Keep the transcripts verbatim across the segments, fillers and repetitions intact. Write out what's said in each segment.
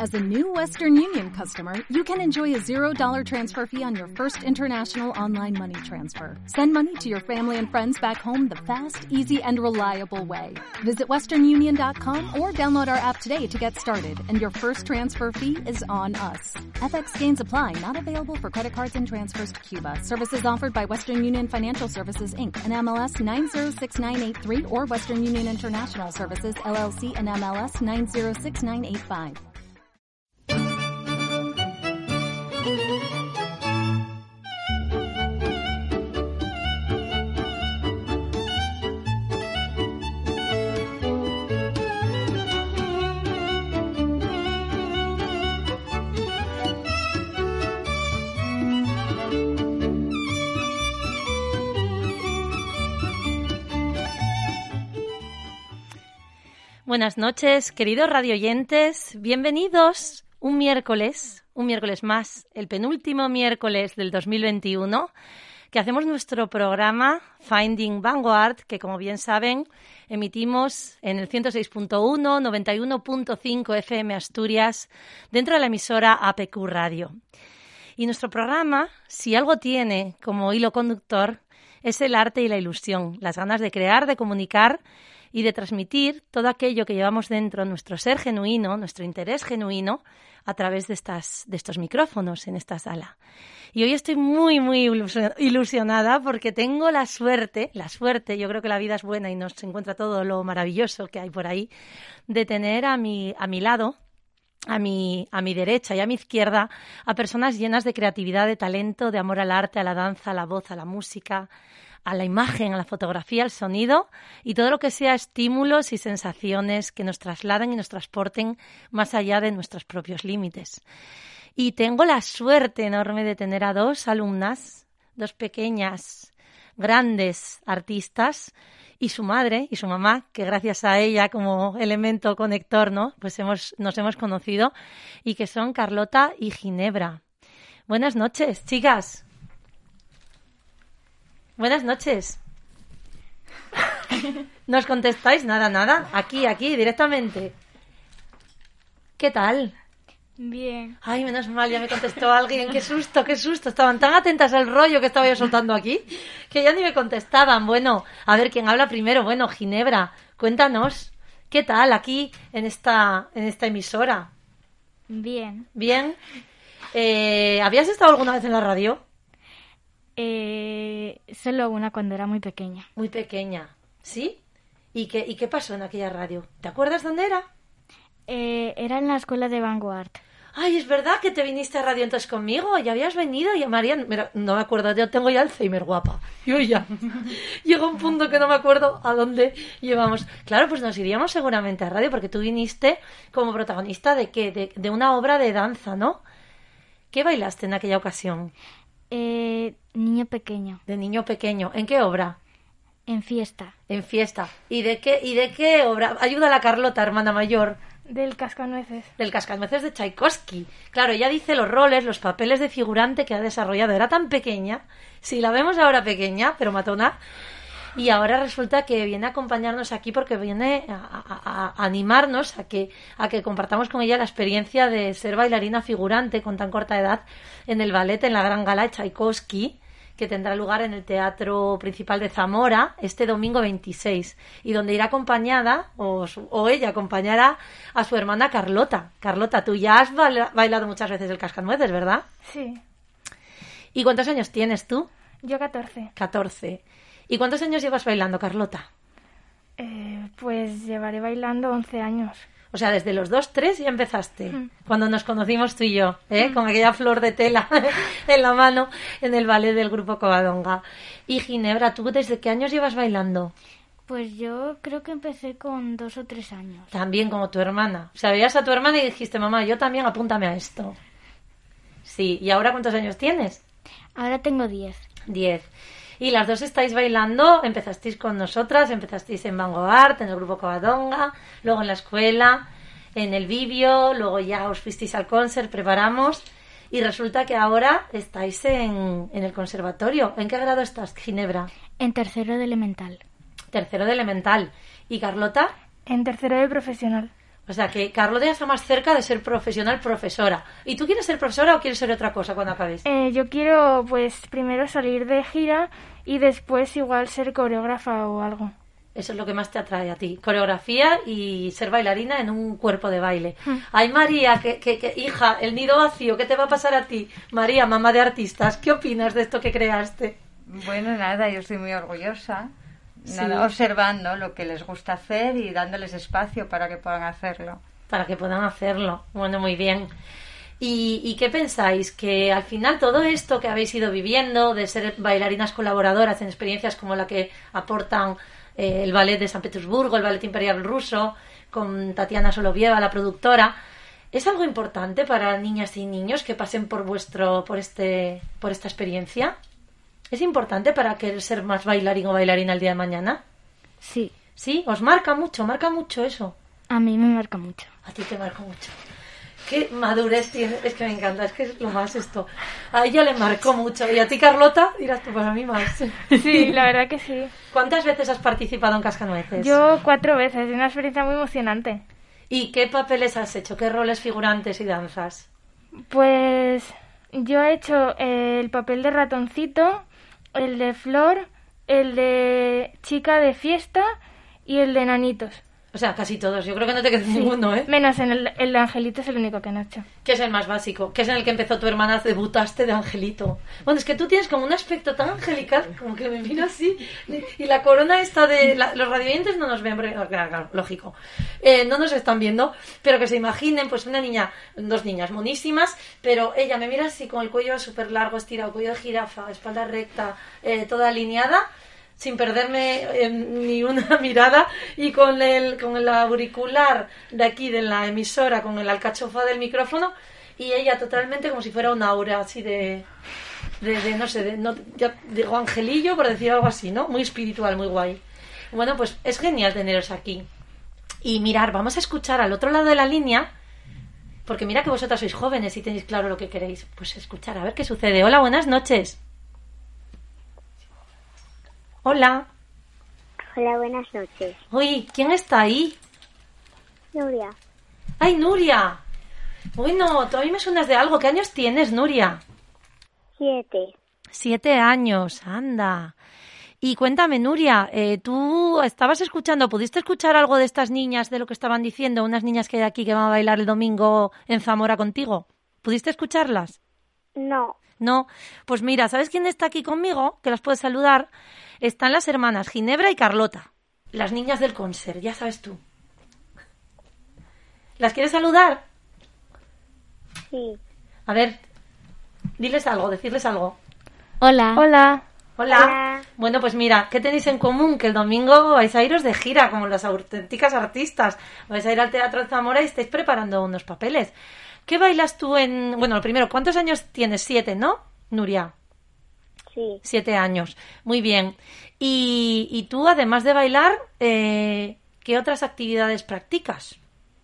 As a new Western Union customer, you can enjoy a zero dollar transfer fee on your first international online money transfer. Send money to your family and friends back home the fast, easy, and reliable way. Visit western union dot com or download our app today to get started, and your first transfer fee is on us. F X gains apply, not available for credit cards and transfers to Cuba. Services offered by Western Union Financial Services, Incorporated, and M L S nine zero six nine eight three or Western Union International Services, L L C, and M L S nine zero six nine eight five. Buenas noches, queridos radioyentes, bienvenidos un miércoles, un miércoles más, el penúltimo miércoles del dos mil veintiuno, que hacemos nuestro programa Finding Vanguard, que como bien saben, emitimos en el ciento seis punto uno, noventa y uno punto cinco F M Asturias, dentro de la emisora A P Q Radio. Y nuestro programa, si algo tiene como hilo conductor, es el arte y la ilusión, las ganas de crear, de comunicar y de transmitir todo aquello que llevamos dentro, nuestro ser genuino, nuestro interés genuino, a través de, estas, de estos micrófonos en esta sala. Y hoy estoy muy, muy ilusionada porque tengo la suerte, la suerte, yo creo que la vida es buena y nos encuentra todo lo maravilloso que hay por ahí, de tener a mi, a mi lado, a mi, a mi derecha y a mi izquierda, a personas llenas de creatividad, de talento, de amor al arte, a la danza, a la voz, a la música, a la imagen, a la fotografía, al sonido y todo lo que sea estímulos y sensaciones que nos trasladen y nos transporten más allá de nuestros propios límites. Y tengo la suerte enorme de tener a dos alumnas, dos pequeñas, grandes artistas y su madre y su mamá, que gracias a ella como elemento conector, ¿no? Pues hemos, nos hemos conocido, y que son Carlota y Ginebra. Buenas noches, chicas. Buenas noches. ¿No os contestáis? Nada, nada. Aquí, aquí, directamente. ¿Qué tal? Bien. Ay, menos mal, ya me contestó alguien. Qué susto, qué susto. Estaban tan atentas al rollo que estaba yo soltando aquí que ya ni me contestaban. Bueno, a ver, ¿quién habla primero? Bueno, Ginebra, cuéntanos. ¿Qué tal aquí en esta, en esta emisora? Bien. Bien. Eh, ¿Habías estado alguna vez en la radio? Eh, solo una cuando era muy pequeña. Muy pequeña, ¿sí? ¿Y qué, y qué pasó en aquella radio? ¿Te acuerdas dónde era? Eh, era en la escuela de Vanguard. Ay, es verdad que te viniste a radio entonces conmigo. Ya habías venido y a María... Mira, no me acuerdo, yo tengo ya Alzheimer, guapa. Yo ya. Llegó un punto que no me acuerdo a dónde llevamos. Claro, pues nos iríamos seguramente a radio porque tú viniste como protagonista de qué, de, de una obra de danza, ¿no? ¿Qué bailaste en aquella ocasión? Eh, niño pequeño. De niño pequeño. ¿En qué obra? En fiesta. En fiesta. ¿Y de qué, y de qué obra? Ayuda a la Carlota, hermana mayor. Del Cascanueces. Del Cascanueces de Tchaikovsky. Claro, ella dice los roles, los papeles de figurante que ha desarrollado. Era tan pequeña, si la vemos ahora pequeña, pero matona, y ahora resulta que viene a acompañarnos aquí porque viene a, a, a animarnos a que, a que compartamos con ella la experiencia de ser bailarina figurante con tan corta edad en el ballet, en la Gran Gala de Tchaikovsky, que tendrá lugar en el Teatro Principal de Zamora este domingo veintiséis, y donde irá acompañada, o, su, o ella acompañará a su hermana Carlota. Carlota, tú ya has bailado muchas veces el Cascanueces, ¿verdad? Sí. ¿Y cuántos años tienes tú? Yo catorce. catorce. ¿Y cuántos años llevas bailando, Carlota? Eh, pues llevaré bailando once años. O sea, desde los dos, tres ya empezaste. Mm. Cuando nos conocimos tú y yo, ¿eh? Mm. Con aquella flor de tela en la mano en el ballet del grupo Covadonga. Y Ginebra, ¿tú desde qué años llevas bailando? Pues yo creo que empecé con dos o tres años. También como tu hermana. O sea, veías a tu hermana y dijiste, mamá, yo también apúntame a esto. Sí. ¿Y ahora cuántos años tienes? Ahora tengo diez. Diez. Y las dos estáis bailando, empezasteis con nosotras, empezasteis en Vanguard, en el grupo Covadonga, luego en la escuela, en el Vivio, luego ya os fuisteis al concert, preparamos, y resulta que ahora estáis en, en el conservatorio. ¿En qué grado estás, Ginebra? En tercero de elemental. Tercero de elemental. ¿Y Carlota? En tercero de profesional. O sea, que Carlota ya está más cerca de ser profesional profesora. ¿Y tú quieres ser profesora o quieres ser otra cosa cuando acabes? Eh, yo quiero, pues, primero salir de gira y después igual ser coreógrafa o algo. Eso es lo que más te atrae a ti. Coreografía y ser bailarina en un cuerpo de baile. Mm. Ay, María, que, que, que, hija, el nido vacío, ¿qué te va a pasar a ti? María, mamá de artistas, ¿qué opinas de esto que creaste? Bueno, nada, yo estoy muy orgullosa. Sí. Nada, observando lo que les gusta hacer y dándoles espacio para que puedan hacerlo. Para que puedan hacerlo. Bueno, muy bien. ¿Y, ¿Y qué pensáis? Que al final todo esto que habéis ido viviendo, de ser bailarinas colaboradoras en experiencias como la que aportan eh, el Ballet de San Petersburgo, el Ballet Imperial Ruso, con Tatiana Solovieva, la productora, ¿es algo importante para niñas y niños que pasen por vuestro, por este, por esta experiencia? ¿Es importante para querer ser más bailarín o bailarina el día de mañana? Sí, ¿Sí? ¿Os marca mucho? ¿Marca mucho eso? a mí me marca mucho. A ti te marcó mucho. Qué madurez tiene. Es que me encanta, es que es lo más esto. A ella le marcó mucho. Y a ti, Carlota, dirás tú, pues a mí más. Sí, la verdad que sí. ¿Cuántas veces has participado en Cascanueces? Yo cuatro veces, es una experiencia muy emocionante. ¿Y qué papeles has hecho? ¿Qué roles figurantes y danzas? Pues yo he hecho eh, el papel de ratoncito, el de Flor, el de chica de fiesta y el de nanitos. O sea, casi todos. Yo creo que no te queda Sí. ninguno, ¿eh? Menos en el, el de Angelito, es el único que no he hecho. Que es el más básico. Que es en el que empezó tu hermana, debutaste de Angelito. Bueno, es que tú tienes como un aspecto tan angelical, como que me miro así. Y la corona esta de... La, los radioyentes no nos ven, porque, claro, claro, lógico. Eh, no nos están viendo, pero que se imaginen, pues una niña, dos niñas monísimas, pero ella me mira así con el cuello súper largo, estirado, cuello de jirafa, espalda recta, eh, toda alineada, sin perderme eh, ni una mirada, y con el con el auricular de aquí de la emisora, con el alcachofa del micrófono, y ella totalmente como si fuera un aura así de de, de no sé, de, no, ya digo angelillo por decir algo así, ¿no? Muy espiritual, muy guay. Bueno, pues es genial teneros aquí. Y mirar, vamos a escuchar al otro lado de la línea, porque mira que vosotras sois jóvenes y tenéis claro lo que queréis. Pues escuchar, a ver qué sucede. Hola, buenas noches. Hola. Hola, buenas noches. Uy, ¿quién está ahí? Nuria, ¡Ay, Nuria! Bueno, tú a mí me suenas de algo. ¿Qué años tienes, Nuria? siete. Siete años, anda. Y cuéntame, Nuria, eh, ¿tú estabas escuchando, pudiste escuchar algo de estas niñas, de lo que estaban diciendo, unas niñas que hay aquí que van a bailar el domingo en Zamora contigo? ¿Pudiste escucharlas? No, No, pues mira, ¿sabes quién está aquí conmigo? Que las puedes saludar. Están las hermanas Ginebra y Carlota, las niñas del concert, ya sabes tú. ¿Las quieres saludar? sí. A ver, diles algo, decirles algo. Hola. Hola. Hola. Hola. Bueno, pues mira, ¿qué tenéis en común? Que el domingo vais a iros de gira, como las auténticas artistas. Vais a ir al Teatro de Zamora y estáis preparando unos papeles. ¿Qué bailas tú en...? Bueno, lo primero, ¿cuántos años tienes? Siete, ¿no, Nuria? Sí. Siete años. Muy bien. Y, y tú, además de bailar, eh, ¿qué otras actividades practicas?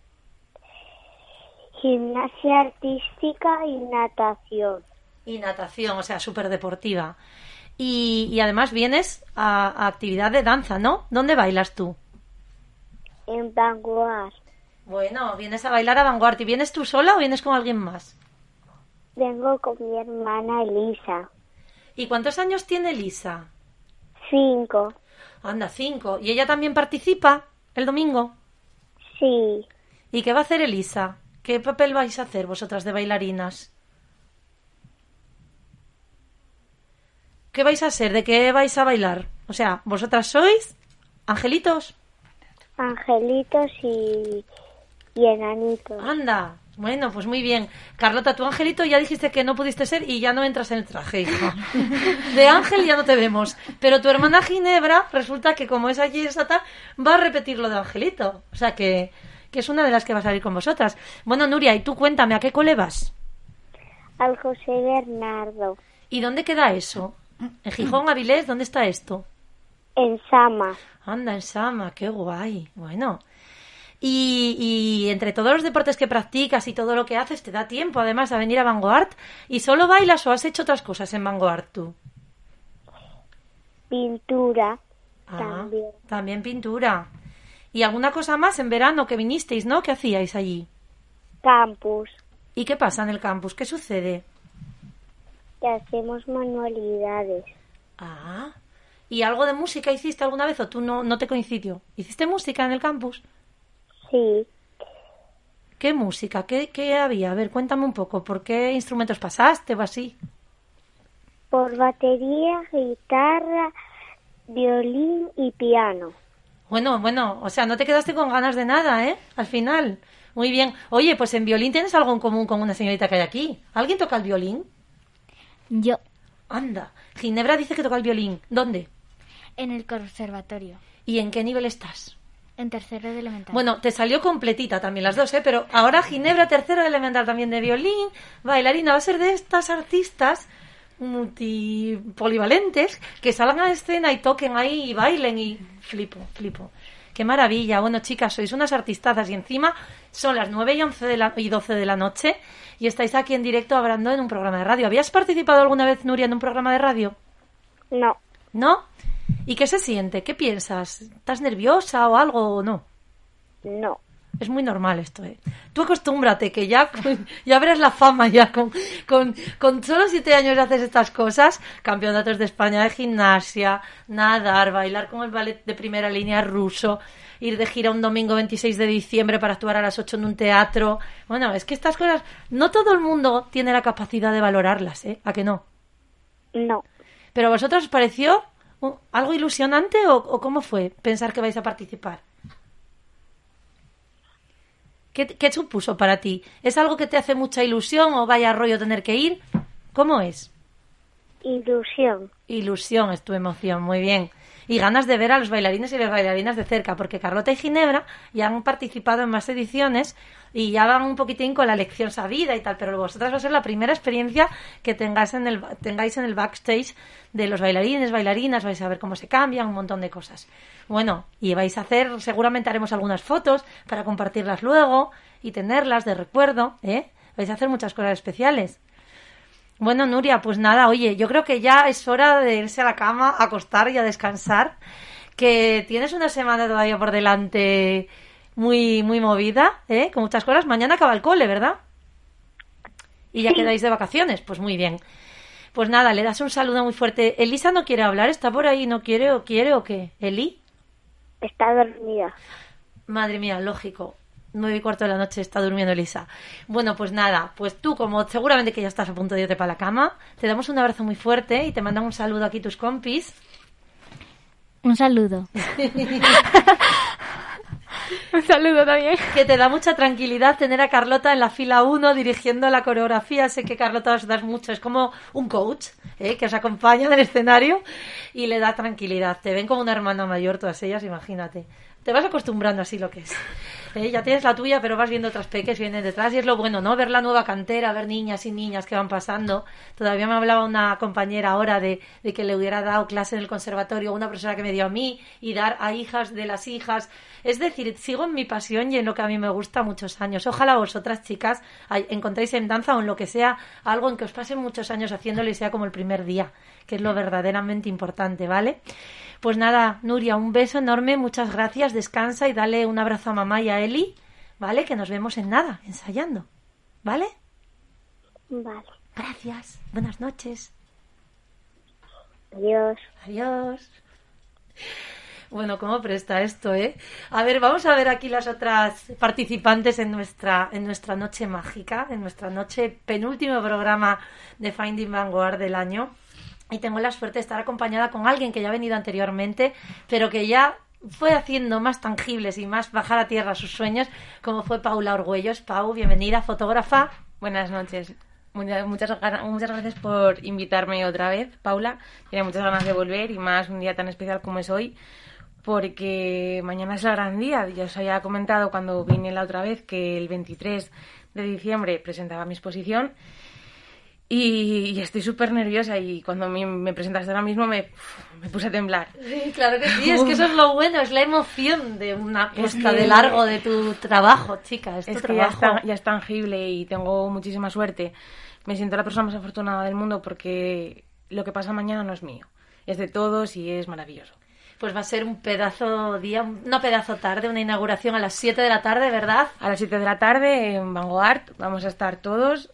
Gimnasia artística y natación. Y natación, o sea, súper deportiva. Y, y además vienes a, a actividad de danza, ¿no? ¿Dónde bailas tú? En Vanguard. Bueno, vienes a bailar a Vanguard. ¿Y vienes tú sola o vienes con alguien más? Vengo con mi hermana Elisa. ¿Y cuántos años tiene Lisa? Cinco. Anda, cinco. ¿Y ella también participa el domingo? Sí. ¿Y qué va a hacer Elisa? ¿Qué papel vais a hacer vosotras de bailarinas? ¿Qué vais a hacer? ¿De qué vais a bailar? O sea, ¿vosotras sois angelitos? Angelitos y, y enanitos. Anda, bueno, pues muy bien. Carlota, tu angelito ya dijiste que no pudiste ser y ya no entras en el traje, hija. De ángel ya no te vemos. Pero tu hermana Ginebra, resulta que como es allí esta, va a repetir lo de angelito. O sea que, que es una de las que va a salir con vosotras. Bueno, Nuria, y tú cuéntame, ¿a qué cole vas? Al José Bernardo. ¿Y dónde queda eso? ¿En Gijón, Avilés? ¿Dónde está esto? En Sama. Anda, en Sama, qué guay. Bueno. Y, y entre todos los deportes que practicas y todo lo que haces, ¿te da tiempo además a venir a Vanguard? ¿Y solo bailas o has hecho otras cosas en Vanguard tú? Pintura. Ah, También. también pintura. ¿Y alguna cosa más en verano que vinisteis, no? ¿Qué hacíais allí? Campus. ¿Y qué pasa en el campus? ¿Qué sucede? Que hacemos manualidades. Ah, ¿y algo de música hiciste alguna vez o tú no, no te coincidió? ¿Hiciste música en el campus? Sí. ¿Qué música? ¿Qué, qué había? A ver, cuéntame un poco. ¿Por qué instrumentos pasaste o así? Por batería, guitarra, violín y piano. Bueno, bueno, o sea, no te quedaste con ganas de nada, ¿eh? Al final. Muy bien. Oye, pues en violín tienes algo en común con una señorita que hay aquí. ¿Alguien toca el violín? Yo. Anda. Ginebra dice que toca el violín. ¿Dónde? En el conservatorio. ¿Y en qué nivel estás? En tercero de elemental. Bueno, te salió completita también las dos, ¿eh? Pero ahora Ginebra, tercero de elemental también de violín, bailarina, va a ser de estas artistas multipolivalentes que salgan a la escena y toquen ahí y bailen y flipo, flipo. Qué maravilla. Bueno, chicas, sois unas artistazas y encima son las nueve y once de la, y doce de la noche y estáis aquí en directo hablando en un programa de radio. ¿Habías participado alguna vez, Nuria, en un programa de radio? No. ¿No? ¿Y qué se siente? ¿Qué piensas? ¿Estás nerviosa o algo o no? No. Es muy normal esto, ¿eh? Tú acostúmbrate, que ya, ya verás la fama ya. Con, con, con solo siete años haces estas cosas. Campeonatos de España de gimnasia, nadar, bailar con el ballet de primera línea ruso, ir de gira un domingo veintiséis de diciembre para actuar a las ocho en un teatro. Bueno, es que estas cosas, no todo el mundo tiene la capacidad de valorarlas, ¿eh? ¿A que no? No. ¿Pero a vosotros os pareció algo ilusionante o, o cómo fue pensar que vais a participar? ¿Qué, ¿Qué supuso para ti? ¿Es algo que te hace mucha ilusión o vaya rollo tener que ir? ¿Cómo es? Ilusión. Ilusión es tu emoción, muy bien. Y ganas de ver a los bailarines y las bailarinas de cerca, porque Carlota y Ginebra ya han participado en más ediciones y ya van un poquitín con la lección sabida y tal, pero vosotras va a ser la primera experiencia que tengáis en el, tengáis en el backstage de los bailarines, bailarinas, vais a ver cómo se cambian, un montón de cosas. Bueno, y vais a hacer, seguramente haremos algunas fotos para compartirlas luego y tenerlas de recuerdo, ¿eh? Vais a hacer muchas cosas especiales. Bueno, Nuria, pues nada, oye, yo creo que ya es hora de irse a la cama, a acostar y a descansar, que tienes una semana todavía por delante muy muy movida, ¿eh? Con muchas cosas. Mañana acaba el cole, ¿verdad? Y ya Sí. quedáis de vacaciones, pues muy bien. Pues nada, le das un saludo muy fuerte. Elisa no quiere hablar, está por ahí, ¿no quiere o quiere o qué? ¿Eli? Está dormida. Madre mía, lógico. Nueve y cuarto de la noche está durmiendo Elisa. Bueno, pues nada, pues tú, como seguramente que ya estás a punto de irte para la cama, te damos un abrazo muy fuerte y te mandan un saludo aquí tus compis. Un saludo. Un saludo también. Que te da mucha tranquilidad tener a Carlota en la fila uno dirigiendo la coreografía. Sé que Carlota os das mucho, es como un coach, ¿eh? Que os acompaña en el escenario y le da tranquilidad. Te ven como una hermana mayor todas ellas, imagínate. Te vas acostumbrando así lo que es. ¿Eh? Ya tienes la tuya, pero vas viendo otras peques que vienen detrás y es lo bueno, ¿no? Ver la nueva cantera, ver niñas y niñas que van pasando. Todavía me hablaba una compañera ahora de, de que le hubiera dado clase en el conservatorio una profesora que me dio a mí y dar a hijas de las hijas. Es decir, sigo en mi pasión y en lo que a mí me gusta muchos años. Ojalá vosotras, chicas, encontréis en danza o en lo que sea algo en que os pasen muchos años haciéndolo y sea como el primer día, que es lo verdaderamente importante, ¿vale? Pues nada, Nuria, un beso enorme, muchas gracias, descansa y dale un abrazo a mamá y a Eli, ¿vale? Que nos vemos en nada, ensayando, ¿vale? Vale. Gracias, buenas noches. Adiós. Adiós. Bueno, ¿cómo presta esto, eh? A ver, vamos a ver aquí las otras participantes en nuestra en nuestra noche mágica, en nuestra noche penúltimo programa de Finding Vanguard del año. Y tengo la suerte de estar acompañada con alguien que ya ha venido anteriormente, pero que ya fue haciendo más tangibles y más bajar a tierra sus sueños, como fue Paula Orgüellos. Pau, bienvenida, fotógrafa. Buenas noches. Muchas, muchas, muchas gracias por invitarme otra vez, Paula. Tenía muchas ganas de volver y más un día tan especial como es hoy, porque mañana es el gran día. Ya os había comentado cuando vine la otra vez que el veintitrés de diciembre presentaba mi exposición y, y estoy súper nerviosa y cuando me, me presentaste ahora mismo me, me puse a temblar. Sí, claro que sí, es que eso es lo bueno, es la emoción de una Es puesta que- de largo de tu trabajo, chica, es tu Es que ya trabajo. es, tan- ya es tangible y tengo muchísima suerte. Me siento la persona más afortunada del mundo porque lo que pasa mañana no es mío, es de todos y es maravilloso. pues va a ser un pedazo día, no pedazo tarde, una inauguración a las siete de la tarde, ¿verdad? A las siete de la tarde en Vanguard vamos a estar todos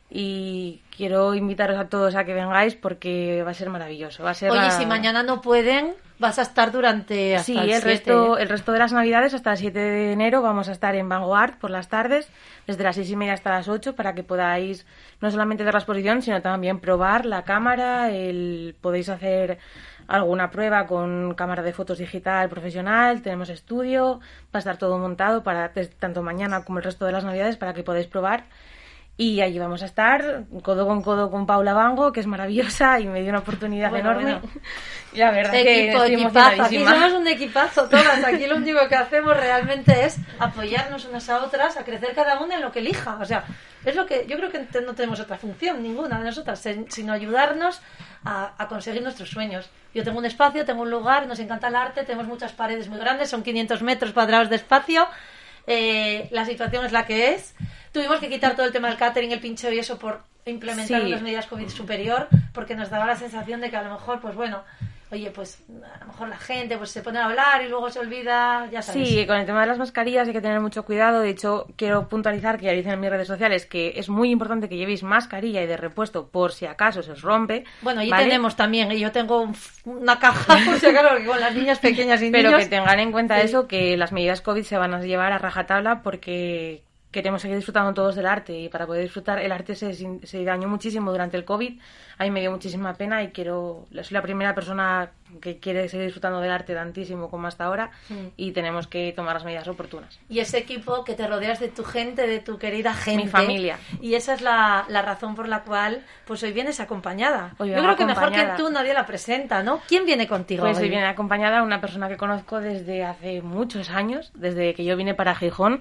y quiero invitaros a todos a que vengáis porque va a ser maravilloso. Va a ser Oye, la... si mañana no pueden, vas a estar durante hasta sí, el, el siete, resto, ¿eh? el resto de las navidades hasta el siete de enero vamos a estar en Vanguard por las tardes, desde las seis y media hasta las ocho, para que podáis no solamente ver la exposición, sino también probar la cámara, el podéis hacer alguna prueba con cámara de fotos digital profesional, tenemos estudio, va a estar todo montado para tanto mañana como el resto de las navidades para que podáis probar. Y allí vamos a estar codo con codo con Paula Bango, que es maravillosa y me dio una oportunidad bueno, enorme. Bueno. Y la verdad Equipo, que estoy equipazo. Aquí emocionadísima. somos un equipazo todas. Aquí lo único que hacemos realmente es apoyarnos unas a otras, a crecer cada una en lo que elija. O sea, es lo que yo creo que no tenemos otra función, ninguna de nosotras, sino ayudarnos a, a conseguir nuestros sueños. Yo tengo un espacio, tengo un lugar, nos encanta el arte, tenemos muchas paredes muy grandes, son quinientos metros cuadrados de espacio. Eh, la situación es la que es. Tuvimos que quitar todo el tema del catering, el pincheo y eso por implementar sí. unas medidas COVID superior, porque nos daba la sensación de que a lo mejor, pues bueno, oye, pues a lo mejor la gente pues se pone a hablar y luego se olvida, ya sabes. Sí, con el tema de las mascarillas hay que tener mucho cuidado. De hecho, quiero puntualizar, que ya dicen en mis redes sociales, que es muy importante que llevéis mascarilla y de repuesto por si acaso se os rompe. Bueno, y ¿vale? tenemos también, y yo tengo un, una caja por si acaso, porque con las niñas pequeñas y Pero niños... que tengan en cuenta sí. eso, que las medidas COVID se van a llevar a rajatabla porque queremos seguir disfrutando todos del arte, y para poder disfrutar el arte se, se dañó muchísimo durante el COVID. A mí me dio muchísima pena y quiero soy la primera persona que quiere seguir disfrutando del arte tantísimo como hasta ahora, mm. y tenemos que tomar las medidas oportunas. Y ese equipo que te rodeas de tu gente, de tu querida gente. Mi familia. Y esa es la, la razón por la cual pues hoy vienes acompañada. Hoy Yo creo que acompañada. mejor que tú nadie la presenta, ¿no? ¿Quién viene contigo Pues hoy? hoy viene acompañada una persona que conozco desde hace muchos años, desde que yo vine para Gijón.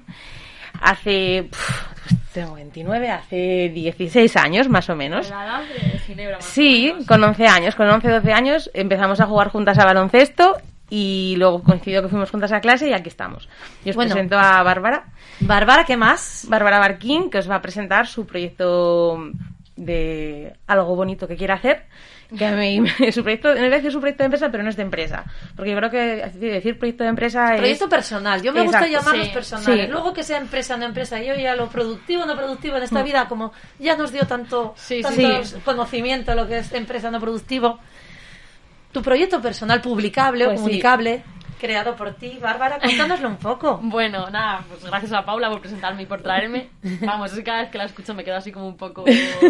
Hace, pues tengo veintinueve, hace dieciséis años más o menos. La edad de Ginebra, más sí, con once años, con once, doce años empezamos a jugar juntas a baloncesto y luego coincidió que fuimos juntas a clase y aquí estamos. Y os bueno, presento a Bárbara. Bárbara, ¿qué más? Bárbara Barquín, que os va a presentar su proyecto de algo bonito que quiere hacer. Que a mí, su proyecto, no voy a decir su proyecto de empresa, pero no es de empresa, porque yo creo que decir proyecto de empresa es... Proyecto personal, yo me Exacto, gusta llamarlos sí, personales, sí. Luego que sea empresa o no empresa, yo ya lo productivo o no productivo en esta vida, como ya nos dio tanto, sí, tanto sí. conocimiento lo que es empresa no productivo. Tu proyecto personal publicable pues o comunicable, sí. creado por ti, Bárbara, cuéntanoslo un poco. Bueno, nada, pues gracias a Paula por presentarme y por traerme. Vamos, es que cada vez que la escucho me quedo así como un poco...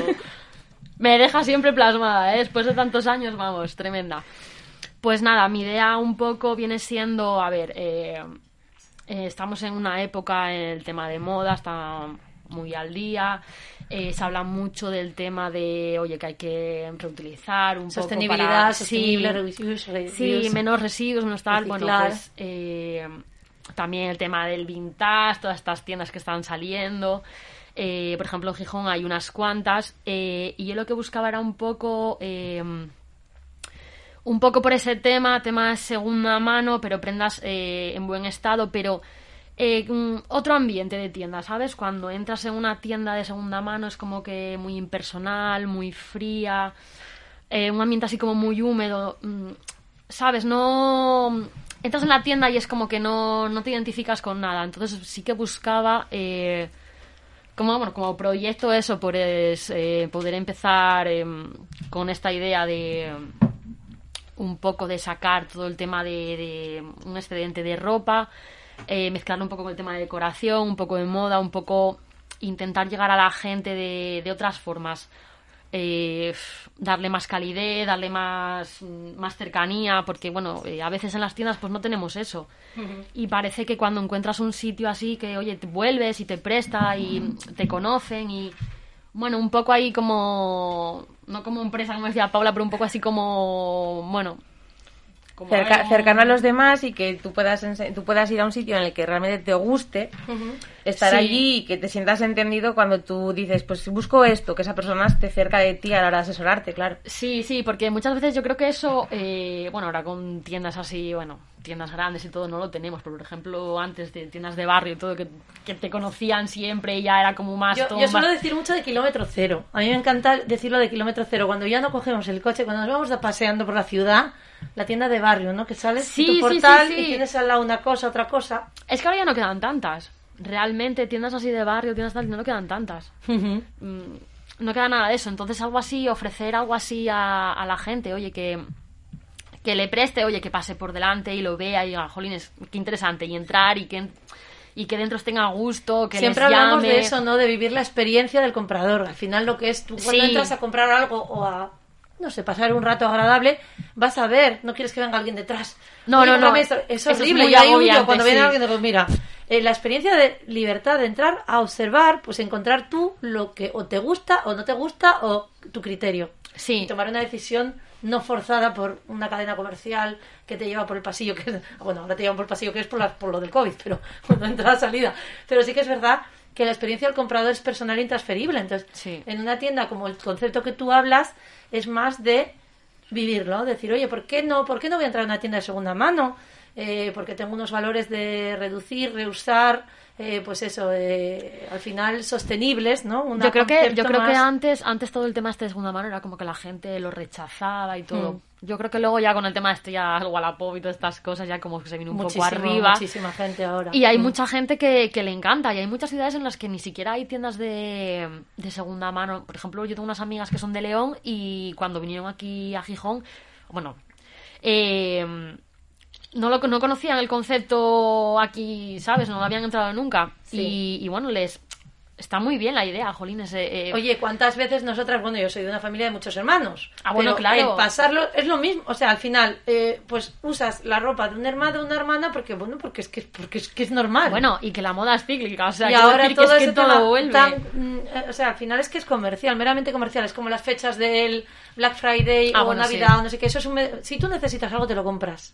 Me deja siempre plasmada, ¿eh? Después de tantos años, vamos, tremenda. Pues nada, mi idea un poco viene siendo, a ver, eh, eh, estamos en una época en el tema de moda, está muy al día, eh, se habla mucho del tema de, oye, que hay que reutilizar un sostenibilidad, poco para... sostenible, sí, reusos, sí, menos residuos, menos tal, reciclar. Bueno, pues eh, también el tema del vintage, todas estas tiendas que están saliendo... Eh, por ejemplo, en Gijón hay unas cuantas eh, y yo lo que buscaba era un poco eh, un poco por ese tema, tema de segunda mano, pero prendas eh, en buen estado, pero eh, otro ambiente de tienda, ¿sabes? Cuando entras en una tienda de segunda mano es como que muy impersonal, muy fría, eh, un ambiente así como muy húmedo, ¿sabes? No... Entras en la tienda y es como que no, no te identificas con nada, entonces sí que buscaba... Eh, Como, bueno, como proyecto eso, pues, eh, poder empezar eh, con esta idea de un poco de sacar todo el tema de, de un excedente de ropa, eh, mezclarlo un poco con el tema de decoración, un poco de moda, un poco intentar llegar a la gente de, de otras formas, eh, darle más calidez, darle más, más cercanía, porque bueno, eh, a veces en las tiendas pues no tenemos eso. Uh-huh. Y parece que cuando encuentras un sitio así que, oye, te vuelves y te presta y te conocen y, bueno, un poco ahí como, no como empresa, como decía Paula, pero un poco así como, bueno... Como Cerca, algo... cercano a los demás y que tú puedas, tú puedas ir a un sitio en el que realmente te guste, uh-huh. estar Sí. allí y que te sientas entendido cuando tú dices, pues si busco esto, que esa persona esté cerca de ti a la hora de asesorarte, claro. Sí, sí, porque muchas veces yo creo que eso, eh, bueno, ahora con tiendas así, bueno, tiendas grandes y todo no lo tenemos, pero por ejemplo antes de tiendas de barrio y todo, que, que te conocían siempre y ya era como más... Yo, todo yo suelo más... decir mucho de kilómetro cero. A mí me encanta decirlo de kilómetro cero. Cuando ya no cogemos el coche, cuando nos vamos de paseando por la ciudad, la tienda de barrio, ¿no? Que sales Sí, tu sí, portal sí, sí. y tienes al lado una cosa, otra cosa. Es que ahora ya no quedan tantas. Realmente tiendas así de barrio, tiendas tal, no quedan tantas. Mm, no queda nada de eso. Entonces algo así, ofrecer algo así a, a la gente, oye, que... que le preste, oye, que pase por delante y lo vea y diga, jolines, qué interesante, y entrar y que, y que dentro estén a gusto, que Siempre les hablamos llame. de eso, ¿no? De vivir la experiencia del comprador. Al final lo que es, tú cuando Sí. entras a comprar algo o a, no sé, pasar un rato agradable, vas a ver, no quieres que venga alguien detrás. No, Oye, no, no. cómprame esto. Es Eso es horrible, muy yo ahí huyo agobiante, cuando viene sí. alguien, digo, mira, eh, la experiencia de libertad de entrar a observar, pues encontrar tú lo que o te gusta o no te gusta o tu criterio. Sí. Y tomar una decisión no forzada por una cadena comercial que te lleva por el pasillo, que es, bueno, ahora te llevan por el pasillo que es por, la, por lo del COVID, pero cuando entra la salida. Pero sí que es verdad que la experiencia del comprador es personal e intransferible. Entonces, Sí. en una tienda como el concepto que tú hablas es más de vivirlo, decir, oye, ¿por qué no, por qué no voy a entrar a una tienda de segunda mano? Eh, porque tengo unos valores de reducir, reusar, eh, pues eso, eh, al final sostenibles, ¿no? Un Yo creo que concepto yo creo que más- antes antes todo el tema este de segunda mano era como que la gente lo rechazaba y todo. Mm. Yo creo que luego ya con el tema este ya el Wallapop y todas estas cosas ya como que se vino un muchísimo, poco arriba. muchísima gente ahora. Y hay Mm. mucha gente que, que le encanta y hay muchas ciudades en las que ni siquiera hay tiendas de, de segunda mano. Por ejemplo, yo tengo unas amigas que son de León y cuando vinieron aquí a Gijón, bueno, eh, no lo no conocían el concepto aquí, ¿sabes? No lo habían entrado nunca. Sí. Y, y bueno, les está muy bien la idea, jolines. Eh, eh, Oye, ¿cuántas veces nosotras, bueno, yo soy de una familia de muchos hermanos? Ah, bueno, pero claro. el pasarlo es lo mismo, o sea, al final, eh, pues usas la ropa de un hermano o una hermana porque, bueno, porque es que, porque es, que es normal. Bueno, y que la moda es cíclica, o sea, y quiero ahora decir todo que es ese que todo tema vuelve. tan, mm, eh, o sea, al final es que es comercial, meramente comercial, es como las fechas del Black Friday Ah, o bueno, Navidad sí. o no sé qué, eso es un me- si tú necesitas algo te lo compras.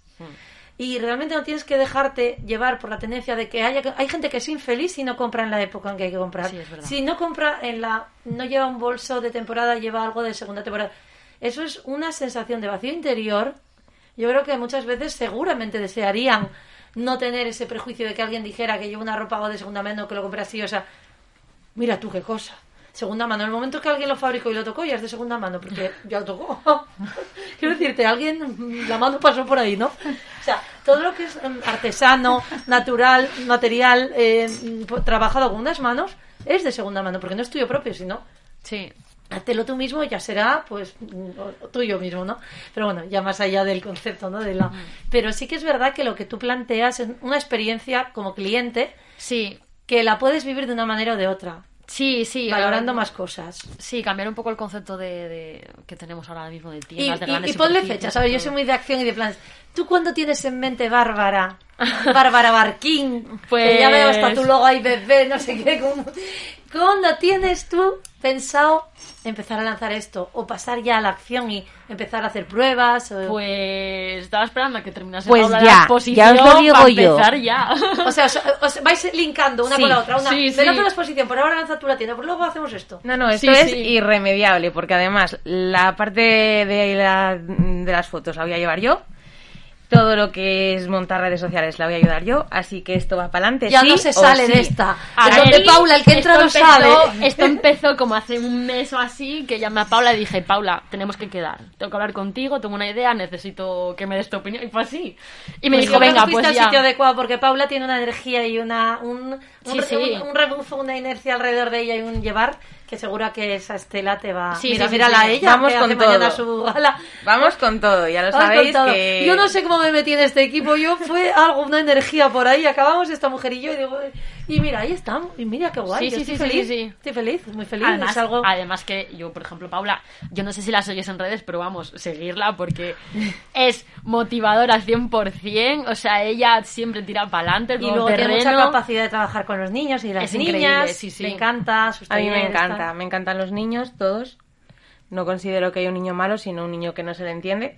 Y realmente no tienes que dejarte llevar por la tendencia de que haya hay gente que es infeliz si no compra en la época en que hay que comprar. Sí, es verdad. Si no compra en la no lleva un bolso de temporada, lleva algo de segunda temporada. Eso es una sensación de vacío interior. Yo creo que muchas veces seguramente desearían no tener ese prejuicio de que alguien dijera que lleva una ropa o de segunda mano que lo compré así, o sea, mira tú qué cosa. Segunda mano. En el momento que alguien lo fabricó y lo tocó, ya es de segunda mano, porque ya lo tocó. Quiero decirte, alguien, la mano pasó por ahí, ¿no? O sea, todo lo que es em, artesano, natural, material, eh, mm, trabajado con unas manos, es de segunda mano, porque no es tuyo propio, sino Sí. háztelo tú mismo y ya será, pues, mm, tuyo mismo, ¿no? Pero bueno, ya más allá del concepto, ¿no? De la... Pero sí que es verdad que lo que tú planteas es una experiencia como cliente Sí, que la puedes vivir de una manera o de otra. sí, sí. Valorando ahora- más cosas. Sí, cambiar un poco el concepto de, de- que tenemos ahora mismo de Y, tiendas, de y- grandes y ponle superficies fechas. y A ver, yo todo. soy muy de acción y de planes. ¿Tú cuándo tienes en mente Bárbara? Bárbara Barquín. Pues- Que ya veo hasta tu logo ahí, bebé, no sé qué. ¿Cómo, ¿Cuándo tienes tú pensado empezar a lanzar esto? ¿O pasar ya a la acción y empezar a hacer pruebas? O, Pues estaba esperando a que terminase Pues Paula ya, la exposición ya os lo digo para yo. empezar ya. o sea, os, os vais linkando una Sí, con la otra. Una, sí, me sí. lanzo la exposición, por ahora lanza tú la tienda, pues luego hacemos esto. No, no, esto Sí, es sí. irremediable, porque además la parte de, la- de las fotos la voy a llevar yo, todo lo que es montar redes sociales la voy a ayudar yo, así que esto va para adelante. Ya sí no se o sale sí. de esta. A Es ver, donde Paula, el que entra no esto empezó- sabe. Esto empezó como hace un mes o así, que llamé a Paula y dije, Paula, tenemos que quedar. Tengo que hablar contigo, tengo una idea, necesito que me des tu opinión. Y fue así. Y me Pues dijo, yo creo venga, que fuiste pues al ya. sitio adecuado porque Paula tiene una energía y una un, un, Sí, re- sí. un, un rebufo, una inercia alrededor de ella y un llevar que seguro que esa Estela te va. Sí, Mira, sí, sí, mírala sí. a ella, Vamos que con hace mañana todo. su gala. Vamos con todo, ya lo Vamos con sabéis todo. que... Yo no sé cómo me metí en este equipo, yo fue algo, una energía por ahí, acabamos esta mujer y yo y digo, y mira, ahí estamos, y mira qué guay, Sí, yo sí, estoy sí, feliz, sí, sí. estoy feliz, muy feliz, Además, es algo... además que yo, por ejemplo, Paula, yo no sé si la seguís en redes, pero vamos, seguirla porque es motivadora al cien por ciento, o sea, ella siempre tira para adelante, Y luego tiene mucha capacidad de trabajar con los niños y las Es niñas, increíble, sí, sí. le encanta, sus A mí me talleres, encanta, tal. me encantan los niños, todos. No considero que haya un niño malo, sino un niño que no se le entiende.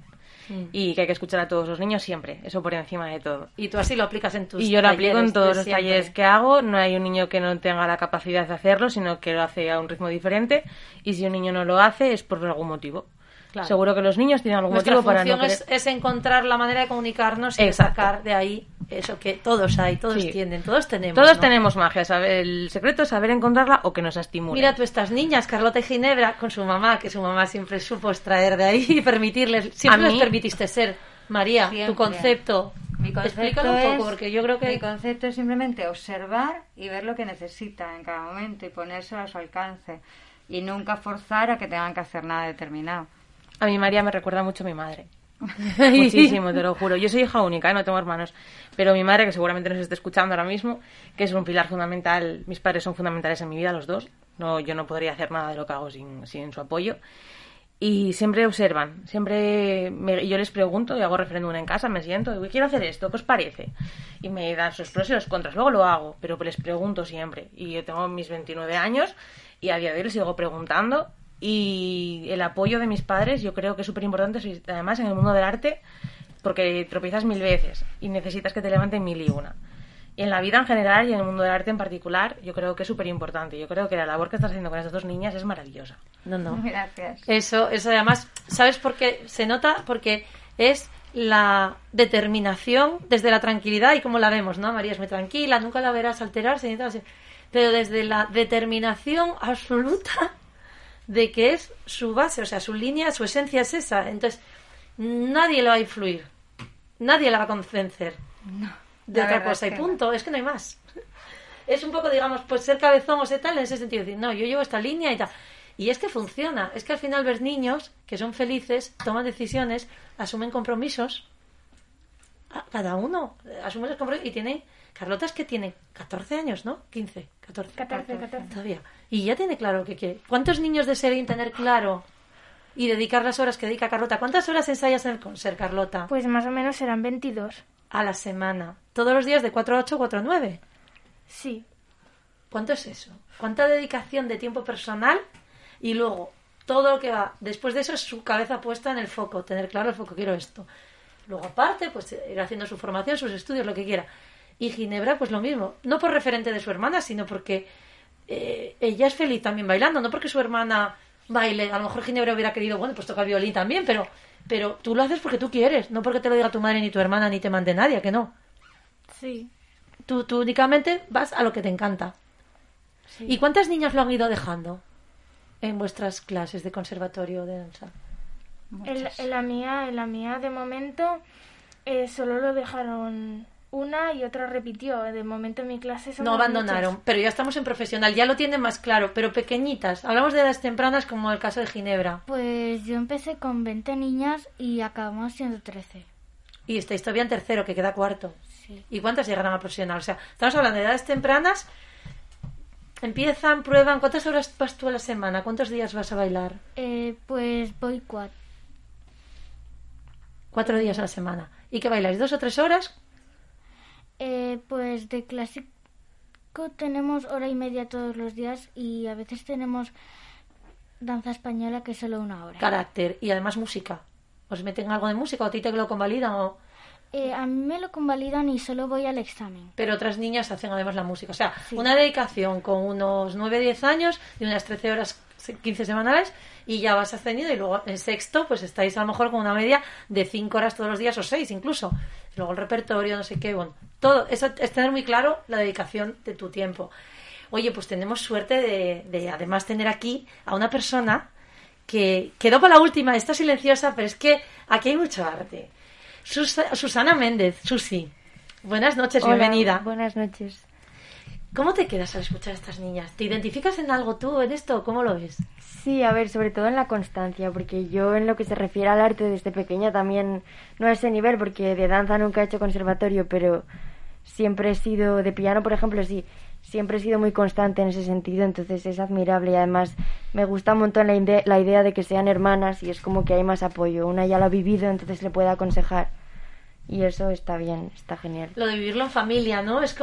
mm. y que hay que escuchar a todos los niños siempre, eso por encima de todo. Y tú así lo aplicas en tus Y yo lo aplico en todos los siempre. talleres que hago. No hay un niño que no tenga la capacidad de hacerlo, sino que lo hace a un ritmo diferente. Y si un niño no lo hace es por algún motivo. Claro. Seguro que los niños tienen algún Nuestra motivo para no función querer... es, es encontrar la manera de comunicarnos y de Exacto. sacar de ahí eso que todos hay, todos Sí. tienen, todos tenemos. Todos ¿no? tenemos magia. Saber, el secreto es saber encontrarla o que nos estimule. Mira tú estas niñas, Carlota y Ginebra, con su mamá, que su mamá siempre supo extraer de ahí y permitirles, siempre A les mí- permitiste ser. María, Siempre. tu concepto. Mi concepto Explícalo un poco, es- porque yo creo que... Mi concepto es simplemente observar y ver lo que necesita en cada momento y ponérselo a su alcance. Y nunca forzar a que tengan que hacer nada determinado. A mí María me recuerda mucho a mi madre. Muchísimo, te lo juro. Yo soy hija única, ¿eh? No tengo hermanos. Pero mi madre, que seguramente nos esté escuchando ahora mismo, que es un pilar fundamental. Mis padres son fundamentales en mi vida, los dos. No, yo no podría hacer nada de lo que hago sin, sin su apoyo. Y siempre observan, siempre me- yo les pregunto y hago referéndum en casa, me siento, digo, quiero hacer esto, ¿qué os parece? Y me dan sus pros y los contras, luego lo hago, pero les pregunto siempre. Y yo tengo mis veintinueve años y a día de hoy les sigo preguntando. Y el apoyo de mis padres yo creo que es súper importante, además en el mundo del arte, porque tropiezas mil veces y necesitas que te levanten mil y una. Y en la vida en general y en el mundo del arte en particular, yo creo que es súper importante. Yo creo que la labor que estás haciendo con estas dos niñas es maravillosa. No, no. Gracias. Eso, eso además, ¿sabes por qué? Se nota porque es la determinación desde la tranquilidad y como la vemos, ¿no? María es muy tranquila, nunca la verás alterarse ni tal, así. Pero desde la determinación absoluta de que es su base, o sea, su línea, su esencia es esa. Entonces, nadie la va a influir, nadie la va a convencer de la otra verdad cosa es y que punto, es que no hay más. Es un poco, digamos, pues ser cabezón o ser tal en ese sentido, decir, no, yo llevo esta línea y tal. Y es que funciona, es que al final ves niños que son felices, toman decisiones, asumen compromisos, a- cada uno eh, asume los compromisos y tienen, Carlota es que tiene catorce años, ¿no? quince, catorce. catorce, catorce. Todavía. Y ya tiene claro que quiere. ¿Cuántos niños desearían tener claro y dedicar las horas que dedica Carlota? ¿Cuántas horas ensayas en el concert, Carlota? Pues más o menos serán veintidós. A la semana. Todos los días de cuatro a ocho, cuatro a nueve. Sí. ¿Cuánto es eso? ¿Cuánta dedicación de tiempo personal? Y luego, todo lo que va después de eso es su cabeza puesta en el foco, tener claro el foco, quiero esto. Luego, aparte, pues ir haciendo su formación, sus estudios, lo que quiera. Y Ginebra, pues lo mismo. No por referente de su hermana, sino porque eh, ella es feliz también bailando. No porque su hermana baile. A lo mejor Ginebra hubiera querido, bueno, pues tocar violín también, pero, pero tú lo haces porque tú quieres. No porque te lo diga tu madre, ni tu hermana, ni te mande nadie, que no. Sí. Tú, tú únicamente vas a lo que te encanta. Sí. ¿Y cuántas niñas lo han ido dejando en vuestras clases de conservatorio de danza? En, en la mía, en la mía de momento eh, solo lo dejaron una y otra repitió. De momento en mi clase somos No abandonaron, muchas. pero ya estamos en profesional, ya lo tienen más claro, pero pequeñitas. Hablamos de edades tempranas como el caso de Ginebra. Pues yo empecé con veinte niñas y acabamos siendo trece. Y estáis todavía en tercero, que queda cuarto. Sí. ¿Y cuántas llegarán a profesional? O sea, estamos hablando de edades tempranas. Empiezan, prueban. ¿Cuántas horas vas tú a la semana? ¿Cuántos días vas a bailar? Eh, pues voy cuatro. Cuatro días a la semana. ¿Y qué bailáis? ¿Dos o tres horas? Eh, pues de clásico tenemos hora y media todos los días y a veces tenemos danza española que es solo una hora. Carácter y además música. ¿Os meten algo de música o a ti te lo convalidan? O... Eh, a mí me lo convalidan y solo voy al examen. Pero otras niñas hacen además la música. O sea, Sí. una dedicación con unos nueve diez años de unas trece horas, quince semanales y ya vas ascendiendo y luego en sexto pues estáis a lo mejor con una media de cinco horas todos los días o seis incluso. Luego el repertorio, no sé qué, bueno, todo eso es tener muy claro la dedicación de tu tiempo. Oye, pues tenemos suerte de, de además tener aquí a una persona que quedó para la última, está silenciosa, pero es que aquí hay mucho arte. Susa- Susana Méndez, Susi, buenas noches, Hola, bienvenida. Buenas noches. ¿Cómo te quedas al escuchar a estas niñas? ¿Te identificas en algo tú, en esto? ¿Cómo lo ves? Sí, a ver, sobre todo en la constancia, porque yo en lo que se refiere al arte desde pequeña también, no a ese nivel, porque de danza nunca he hecho conservatorio, pero siempre he sido, de piano por ejemplo, sí, siempre he sido muy constante en ese sentido, entonces es admirable y además me gusta un montón la, ide- la idea de que sean hermanas y es como que hay más apoyo, una ya lo ha vivido, entonces le puede aconsejar y eso está bien, está genial. Lo de vivirlo en familia, ¿no? Es como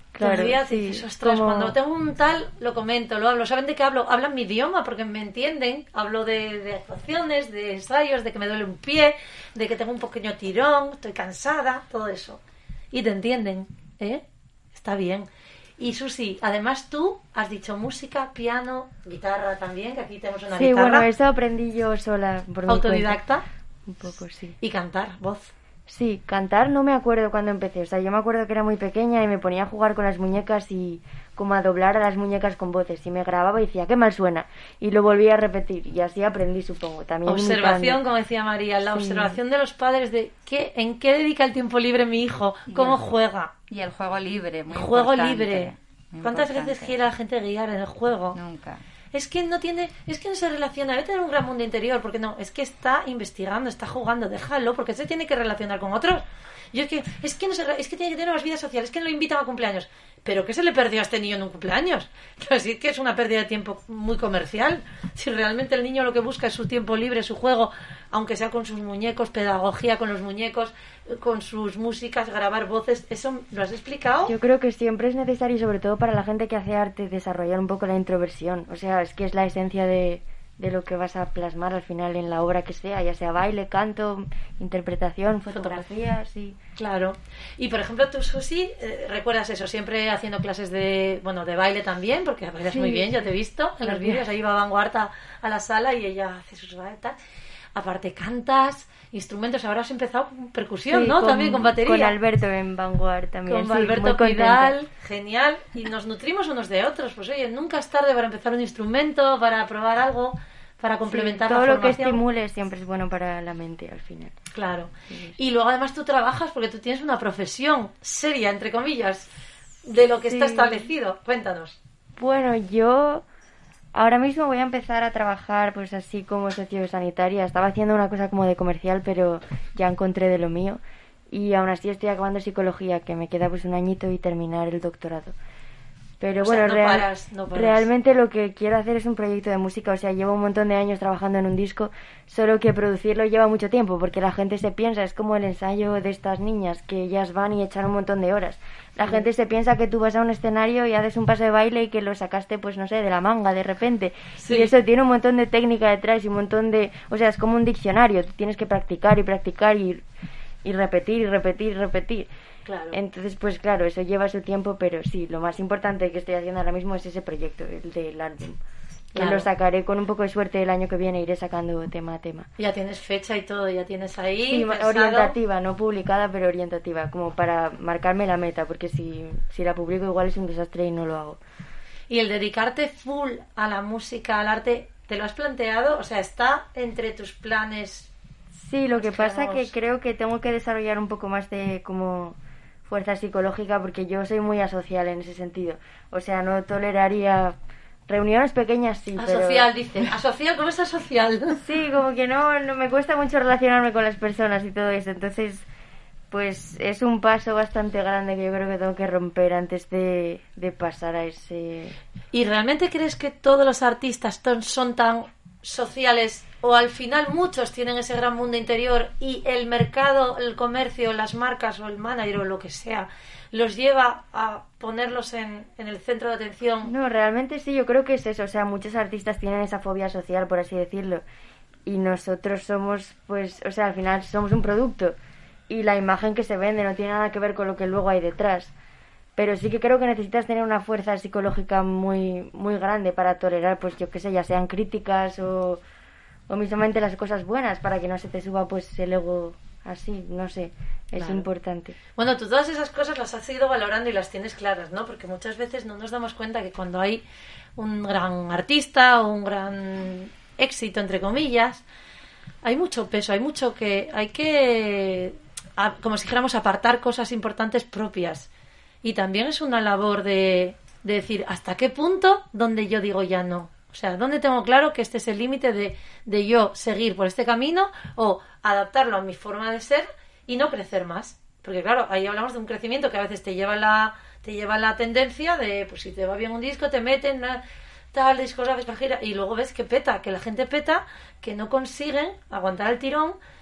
Claro, Te olvidas y sí, dices, ostras, como- cuando tengo un tal, lo comento, lo hablo. ¿Saben de qué hablo? Hablan mi idioma porque me entienden. Hablo de, de actuaciones, de ensayos, de que me duele un pie, de que tengo un pequeño tirón, estoy cansada, todo eso. Y te entienden, ¿eh? Está bien. Y Susi, además tú has dicho música, piano, guitarra también, que aquí tenemos una Sí, guitarra. bueno, eso aprendí yo sola por mi Autodidacta. cuenta. Un poco, sí. Y cantar, voz. Sí, cantar no me acuerdo cuando empecé. O sea, yo me acuerdo que era muy pequeña y me ponía a jugar con las muñecas y como a doblar a las muñecas con voces. Y me grababa y decía, qué mal suena. Y lo volvía a repetir. Y así aprendí, supongo. También Observación, imitando. como decía María, la Sí. observación de los padres de qué, en qué dedica el tiempo libre mi hijo, cómo Y el- juega. Y el juego libre, muy Juego importante, libre. muy ¿Cuántas importante. veces quiere la gente guiar en el juego? Nunca. Es que no tiene, es que no se relaciona, debe tener un gran mundo interior, porque no, es que está investigando, está jugando, déjalo, porque se tiene que relacionar con otros. Yo es que, es que no se, es que tiene que tener más vida social, es que no lo invitan a cumpleaños. ¿Pero qué se le perdió a este niño en un cumpleaños? Así que es una pérdida de tiempo muy comercial. Si realmente el niño lo que busca es su tiempo libre, su juego, aunque sea con sus muñecos, pedagogía con los muñecos, con sus músicas, grabar voces, ¿eso lo has explicado? Yo creo que siempre es necesario, sobre todo para la gente que hace arte, desarrollar un poco la introversión. O sea, es que es la esencia de, de lo que vas a plasmar al final en la obra que sea, ya sea baile, canto, interpretación, fotografía, sí. Claro. Y por ejemplo, tú, Susi, eh, recuerdas eso, siempre haciendo clases de, bueno, de baile también, porque bailas Sí. muy bien, yo te he visto en los Gracias. vídeos, ahí va Vanguardia a la sala y ella hace sus bailes. Aparte cantas, instrumentos, ahora has empezado con percusión, Sí, ¿no? con- También con batería. Con Alberto en Vanguard también. Con sí, Alberto muy contenta. Pidal, genial. Y nos nutrimos unos de otros. Pues oye, nunca es tarde para empezar un instrumento, para probar algo, para complementar Sí, todo la lo que formación. estimule siempre es bueno para la mente al final. Claro. Sí. Y luego además tú trabajas porque tú tienes una profesión seria, entre comillas, de lo que está Sí. establecido. Cuéntanos. Bueno, yo ahora mismo voy a empezar a trabajar pues así como sociosanitaria. Estaba haciendo una cosa como de comercial, pero ya encontré de lo mío. Y aún así estoy acabando psicología, que me queda pues un añito y terminar el doctorado. Pero O sea, bueno, no real- paras, no paras. realmente lo que quiero hacer es un proyecto de música. O sea, llevo un montón de años trabajando en un disco, solo que producirlo lleva mucho tiempo, porque la gente se piensa, es como el ensayo de estas niñas, que ellas van y echan un montón de horas. La Sí. gente se piensa que tú vas a un escenario y haces un paso de baile y que lo sacaste, pues no sé, de la manga de repente. Sí. Y eso tiene un montón de técnica detrás y un montón de... O sea, es como un diccionario, tú tienes que practicar y practicar y, y repetir y repetir y repetir. Claro. Entonces, pues claro, eso lleva su tiempo, pero sí, lo más importante que estoy haciendo ahora mismo es ese proyecto, el del álbum. Que Claro. lo sacaré con un poco de suerte el año que viene, iré sacando tema a tema. Ya tienes fecha y todo, ya tienes ahí. Sí, ma- pensado. orientativa, no publicada, pero orientativa, como para marcarme la meta, porque si, si la publico igual es un desastre y no lo hago. Y el dedicarte full a la música, al arte, ¿te lo has planteado? O sea, ¿está entre tus planes? Sí, lo que Nos pasa quedamos- que creo que tengo que desarrollar un poco más de como fuerza psicológica, porque yo soy muy asocial en ese sentido. O sea, no toleraría reuniones pequeñas, sí, pero... Asocial, dice. Asocial, ¿cómo es asocial? Sí, como que no, no me cuesta mucho relacionarme con las personas y todo eso. Entonces, pues es un paso bastante grande que yo creo que tengo que romper antes de, de pasar a ese... ¿Y realmente crees que todos los artistas ton- son tan sociales o al final muchos tienen ese gran mundo interior y el mercado, el comercio, las marcas o el manager o lo que sea los lleva a ponerlos en, en el centro de atención? No, realmente sí, yo creo que es eso. O sea, muchos artistas tienen esa fobia social, por así decirlo. Y nosotros somos, pues, o sea, al final somos un producto. Y la imagen que se vende no tiene nada que ver con lo que luego hay detrás. Pero sí que creo que necesitas tener una fuerza psicológica muy muy grande para tolerar, pues yo qué sé, ya sean críticas o, o mismamente las cosas buenas, para que no se te suba pues el ego así, no sé, es Claro. importante. Bueno, tú todas esas cosas las has ido valorando y las tienes claras, ¿no? Porque muchas veces no nos damos cuenta que cuando hay un gran artista o un gran éxito, entre comillas, hay mucho peso, hay mucho que... Hay que, a- como si dijéramos, apartar cosas importantes propias. Y también es una labor de, de decir, ¿hasta qué punto donde yo digo ya no? O sea, ¿dónde tengo claro que este es el límite de, de yo seguir por este camino o adaptarlo a mi forma de ser y no crecer más? Porque claro, ahí hablamos de un crecimiento que a veces te lleva la, te lleva la tendencia de, pues si te va bien un disco, te meten na- tal, discos, haces la gira y luego ves que peta, que la gente peta, que no consiguen aguantar el tirón,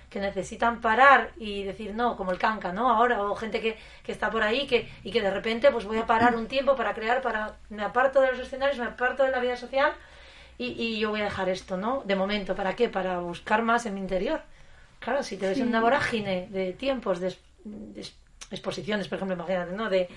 que necesitan parar y decir no, como el canca, ¿no? Ahora, o gente que, que está por ahí que, y que de repente pues voy a parar un tiempo para crear, para me aparto de los escenarios, me aparto de la vida social y, y yo voy a dejar esto, ¿no? De momento, ¿para qué? Para buscar más en mi interior. Claro, si te ves sí. en una vorágine de tiempos, de, de exposiciones, por ejemplo, imagínate, ¿no? De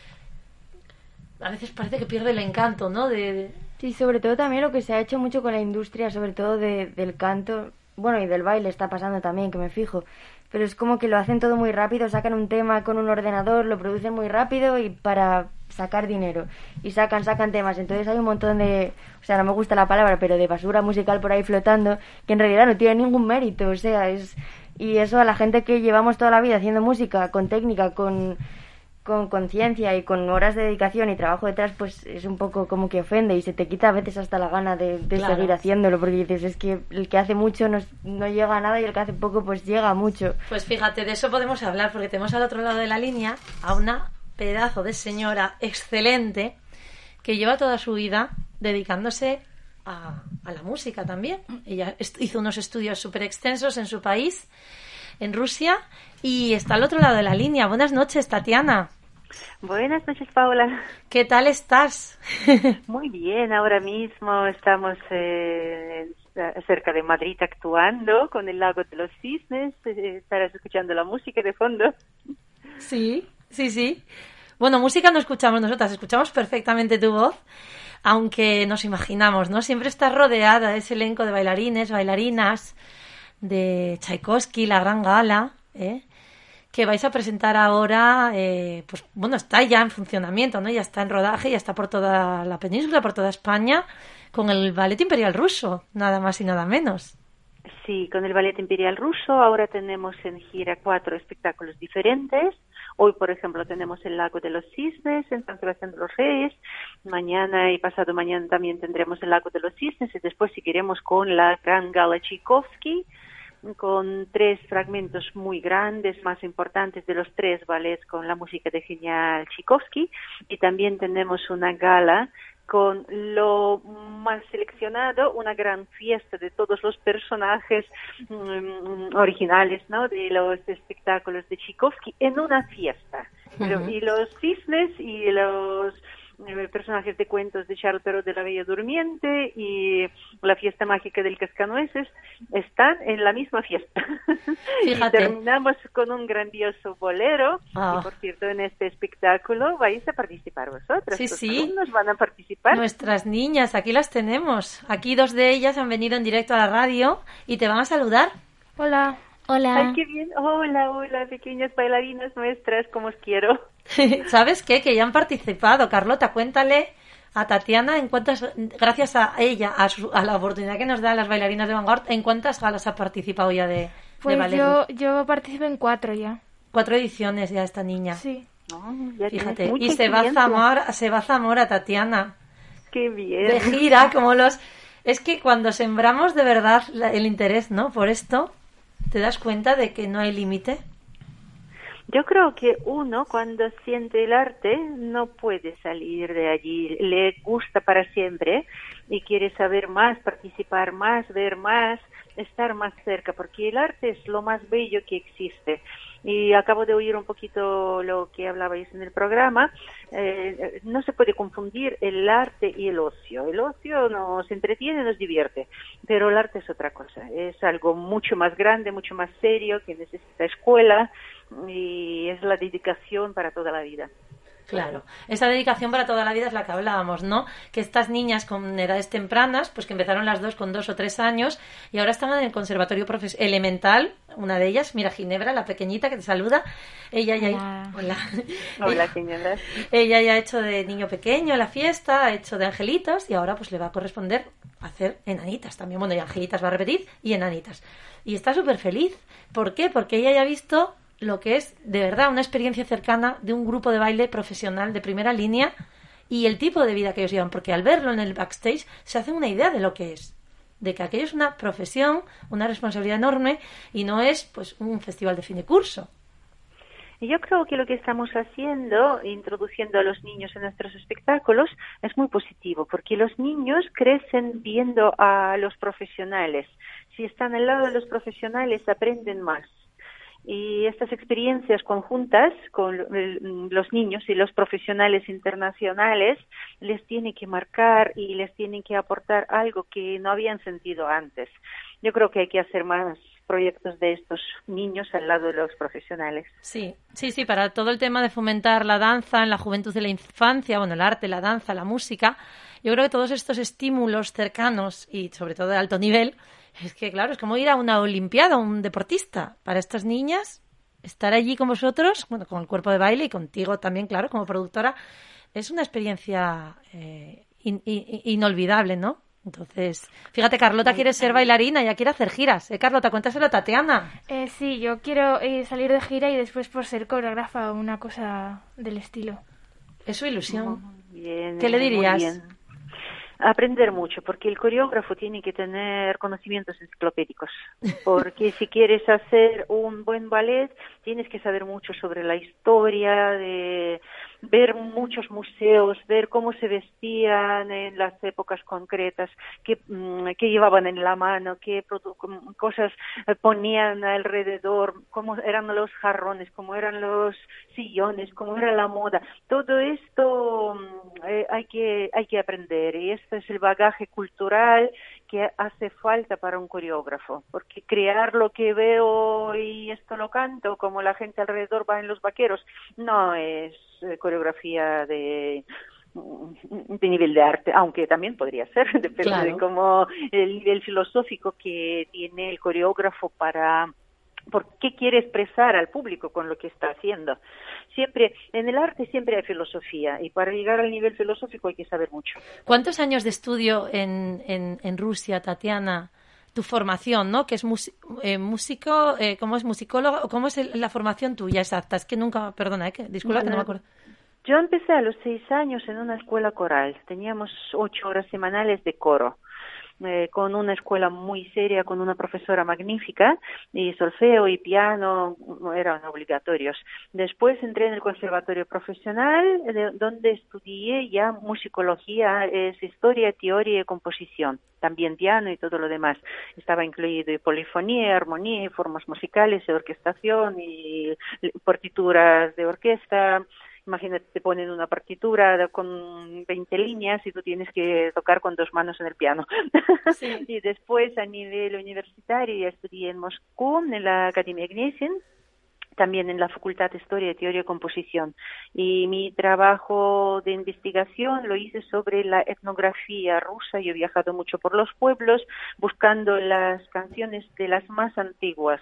a veces parece que pierde el encanto, ¿no? De, de... Sí, sobre todo también lo que se ha hecho mucho con la industria, sobre todo de, del canto, bueno, y del baile está pasando también, que me fijo, pero es como que lo hacen todo muy rápido, sacan un tema con un ordenador, lo producen muy rápido y para sacar dinero, y sacan, sacan temas, entonces hay un montón de, o sea, no me gusta la palabra, pero de basura musical por ahí flotando, que en realidad no tiene ningún mérito, o sea, es, y eso a la gente que llevamos toda la vida haciendo música, con técnica, con... con conciencia y con horas de dedicación y trabajo detrás, pues es un poco como que ofende y se te quita a veces hasta la gana de, de claro. seguir haciéndolo, porque dices, es que el que hace mucho no, no llega a nada y el que hace poco pues llega a mucho. Pues fíjate, de eso podemos hablar, porque tenemos al otro lado de la línea a una pedazo de señora excelente que lleva toda su vida dedicándose a, a la música también. Ella hizo unos estudios súper extensos en su país, en Rusia, y está al otro lado de la línea. Buenas noches, Tatiana. Buenas noches, Paula. ¿Qué tal estás? Muy bien, ahora mismo estamos eh, cerca de Madrid actuando con el Lago de los Cisnes. Eh, estarás escuchando la música de fondo. Sí, sí, sí. Bueno, música no escuchamos nosotras, escuchamos perfectamente tu voz, aunque nos imaginamos, ¿no? Siempre estás rodeada de ese elenco de bailarines, bailarinas, de Tchaikovsky, la gran gala, ¿eh? Que vais a presentar ahora, eh, pues bueno, está ya en funcionamiento, ¿no? Ya está en rodaje, ya está por toda la península, por toda España, con el Ballet Imperial Ruso, nada más y nada menos. Sí, con el Ballet Imperial Ruso ahora tenemos en gira cuatro espectáculos diferentes. Hoy, por ejemplo, tenemos el Lago de los Cisnes en San Sebastián de los Reyes. Mañana y pasado mañana también tendremos el Lago de los Cisnes y después seguiremos con la Gran Gala Tchaikovsky, con tres fragmentos muy grandes, más importantes de los tres ballets con la música de genial Tchaikovsky, y también tenemos una gala con lo más seleccionado, una gran fiesta de todos los personajes um, originales, ¿no?, de los espectáculos de Tchaikovsky en una fiesta. Uh-huh. Y los cisnes y los personajes de cuentos de Charles Perrault de la Bella Durmiente y la fiesta mágica del Cascanueces están en la misma fiesta. Fíjate. Y terminamos con un grandioso bolero. Oh. Y por cierto, en este espectáculo vais a participar vosotras. Sí, Los sí. alumnos van a participar. Nuestras niñas, aquí las tenemos. Aquí dos de ellas han venido en directo a la radio y te van a saludar. Hola. Hola. Ay, qué bien. Hola, hola, pequeñas bailarinas nuestras, como os quiero. ¿Sabes qué? Que ya han participado. Carlota, cuéntale a Tatiana en cuántas, gracias a ella, a, su, a la oportunidad que nos da las bailarinas de Vanguard, ¿en cuántas galas ha participado ya de, pues de ballet? Yo, yo participo en cuatro ya. Cuatro ediciones ya esta niña. Sí. Oh, ya fíjate. mucha Y se va, a experiencia. Zamora, se va a Zamora, Tatiana. Qué bien. De gira, como los... Es que cuando sembramos de verdad la, el interés, ¿no?, por esto, ¿te das cuenta de que no hay límite? Yo creo que uno, cuando siente el arte, no puede salir de allí. Le gusta para siempre y quiere saber más, participar más, ver más, estar más cerca, porque el arte es lo más bello que existe. Y acabo de oír un poquito lo que hablabais en el programa. Eh, no se puede confundir el arte y el ocio. El ocio nos entretiene, nos divierte, pero el arte es otra cosa. Es algo mucho más grande, mucho más serio, que necesita escuela y es la dedicación para toda la vida. Claro, esa dedicación para toda la vida es la que hablábamos, ¿no? Que estas niñas con edades tempranas, pues que empezaron las dos con dos o tres años y ahora están en el conservatorio profes- elemental, una de ellas, mira, Ginebra, la pequeñita que te saluda, ella ya... Hola. Hola, Hola, Ginebra. Ella ya ha hecho de niño pequeño la fiesta, ha hecho de angelitos y ahora pues le va a corresponder hacer enanitas también. Bueno, y angelitas va a repetir y enanitas. Y está súper feliz. ¿Por qué? Porque ella ya ha visto lo que es de verdad una experiencia cercana de un grupo de baile profesional de primera línea y el tipo de vida que ellos llevan, porque al verlo en el backstage se hace una idea de lo que es, de que aquello es una profesión, una responsabilidad enorme y no es pues un festival de fin de curso. Y yo creo que lo que estamos haciendo, introduciendo a los niños en nuestros espectáculos, es muy positivo, porque los niños crecen viendo a los profesionales. Si están al lado de los profesionales, aprenden más. Y estas experiencias conjuntas con los niños y los profesionales internacionales les tienen que marcar y les tienen que aportar algo que no habían sentido antes. Yo creo que hay que hacer más proyectos de estos niños al lado de los profesionales. Sí, sí, sí, para todo el tema de fomentar la danza en la juventud y la infancia, bueno, el arte, la danza, la música, yo creo que todos estos estímulos cercanos y sobre todo de alto nivel, es que claro, es como ir a una olimpiada, un deportista. Para estas niñas, estar allí con vosotros, bueno, con el cuerpo de baile y contigo también, claro, como productora, es una experiencia eh, in, in, inolvidable, ¿no? Entonces, fíjate, Carlota quiere ser bailarina, ya quiere hacer giras. ¿Eh, Carlota? Cuéntaselo a Tatiana. Eh, sí, yo quiero eh, salir de gira y después por ser coreógrafa o una cosa del estilo. Es su ilusión. Muy bien, ¿Qué le dirías? Muy bien. Aprender mucho, porque el coreógrafo tiene que tener conocimientos enciclopédicos, porque si quieres hacer un buen ballet, tienes que saber mucho sobre la historia, de ver muchos museos, ver cómo se vestían en las épocas concretas, qué, qué llevaban en la mano, qué cosas ponían alrededor, cómo eran los jarrones, cómo eran los sillones, cómo era la moda. Todo esto eh, hay que hay que aprender, y este es el bagaje cultural que hace falta para un coreógrafo, porque crear lo que veo y esto lo canto, como la gente alrededor va en los vaqueros, no es eh, coreografía de de nivel de arte, aunque también podría ser, depende claro. de cómo el nivel filosófico que tiene el coreógrafo para por qué quiere expresar al público con lo que está haciendo. Siempre, en el arte siempre hay filosofía, y para llegar al nivel filosófico hay que saber mucho. ¿Cuántos años de estudio en, en, en Rusia, Tatiana? Tu formación, ¿no? Que es mus, eh, músico, eh, ¿cómo es musicólogo? ¿Cómo es el, la formación tuya exacta? Es que nunca, perdona, ¿eh? Que, disculpa bueno, que no me acuerdo. Yo empecé a los seis años en una escuela coral. Teníamos ocho horas semanales de coro. Eh, con una escuela muy seria, con una profesora magnífica, y solfeo y piano eran obligatorios. Después entré en el conservatorio profesional, de, donde estudié ya musicología, es historia, teoría y composición, también piano y todo lo demás. Estaba incluido y polifonía, armonía, y formas musicales, y orquestación, y partituras de orquesta. Imagínate, te ponen una partitura con veinte líneas y tú tienes que tocar con dos manos en el piano. Sí. Y después, a nivel universitario, estudié en Moscú, en la Academia Gnesian, también en la Facultad de Historia, Teoría y Composición. Y mi trabajo de investigación lo hice sobre la etnografía rusa. Yo he viajado mucho por los pueblos buscando las canciones de las más antiguas,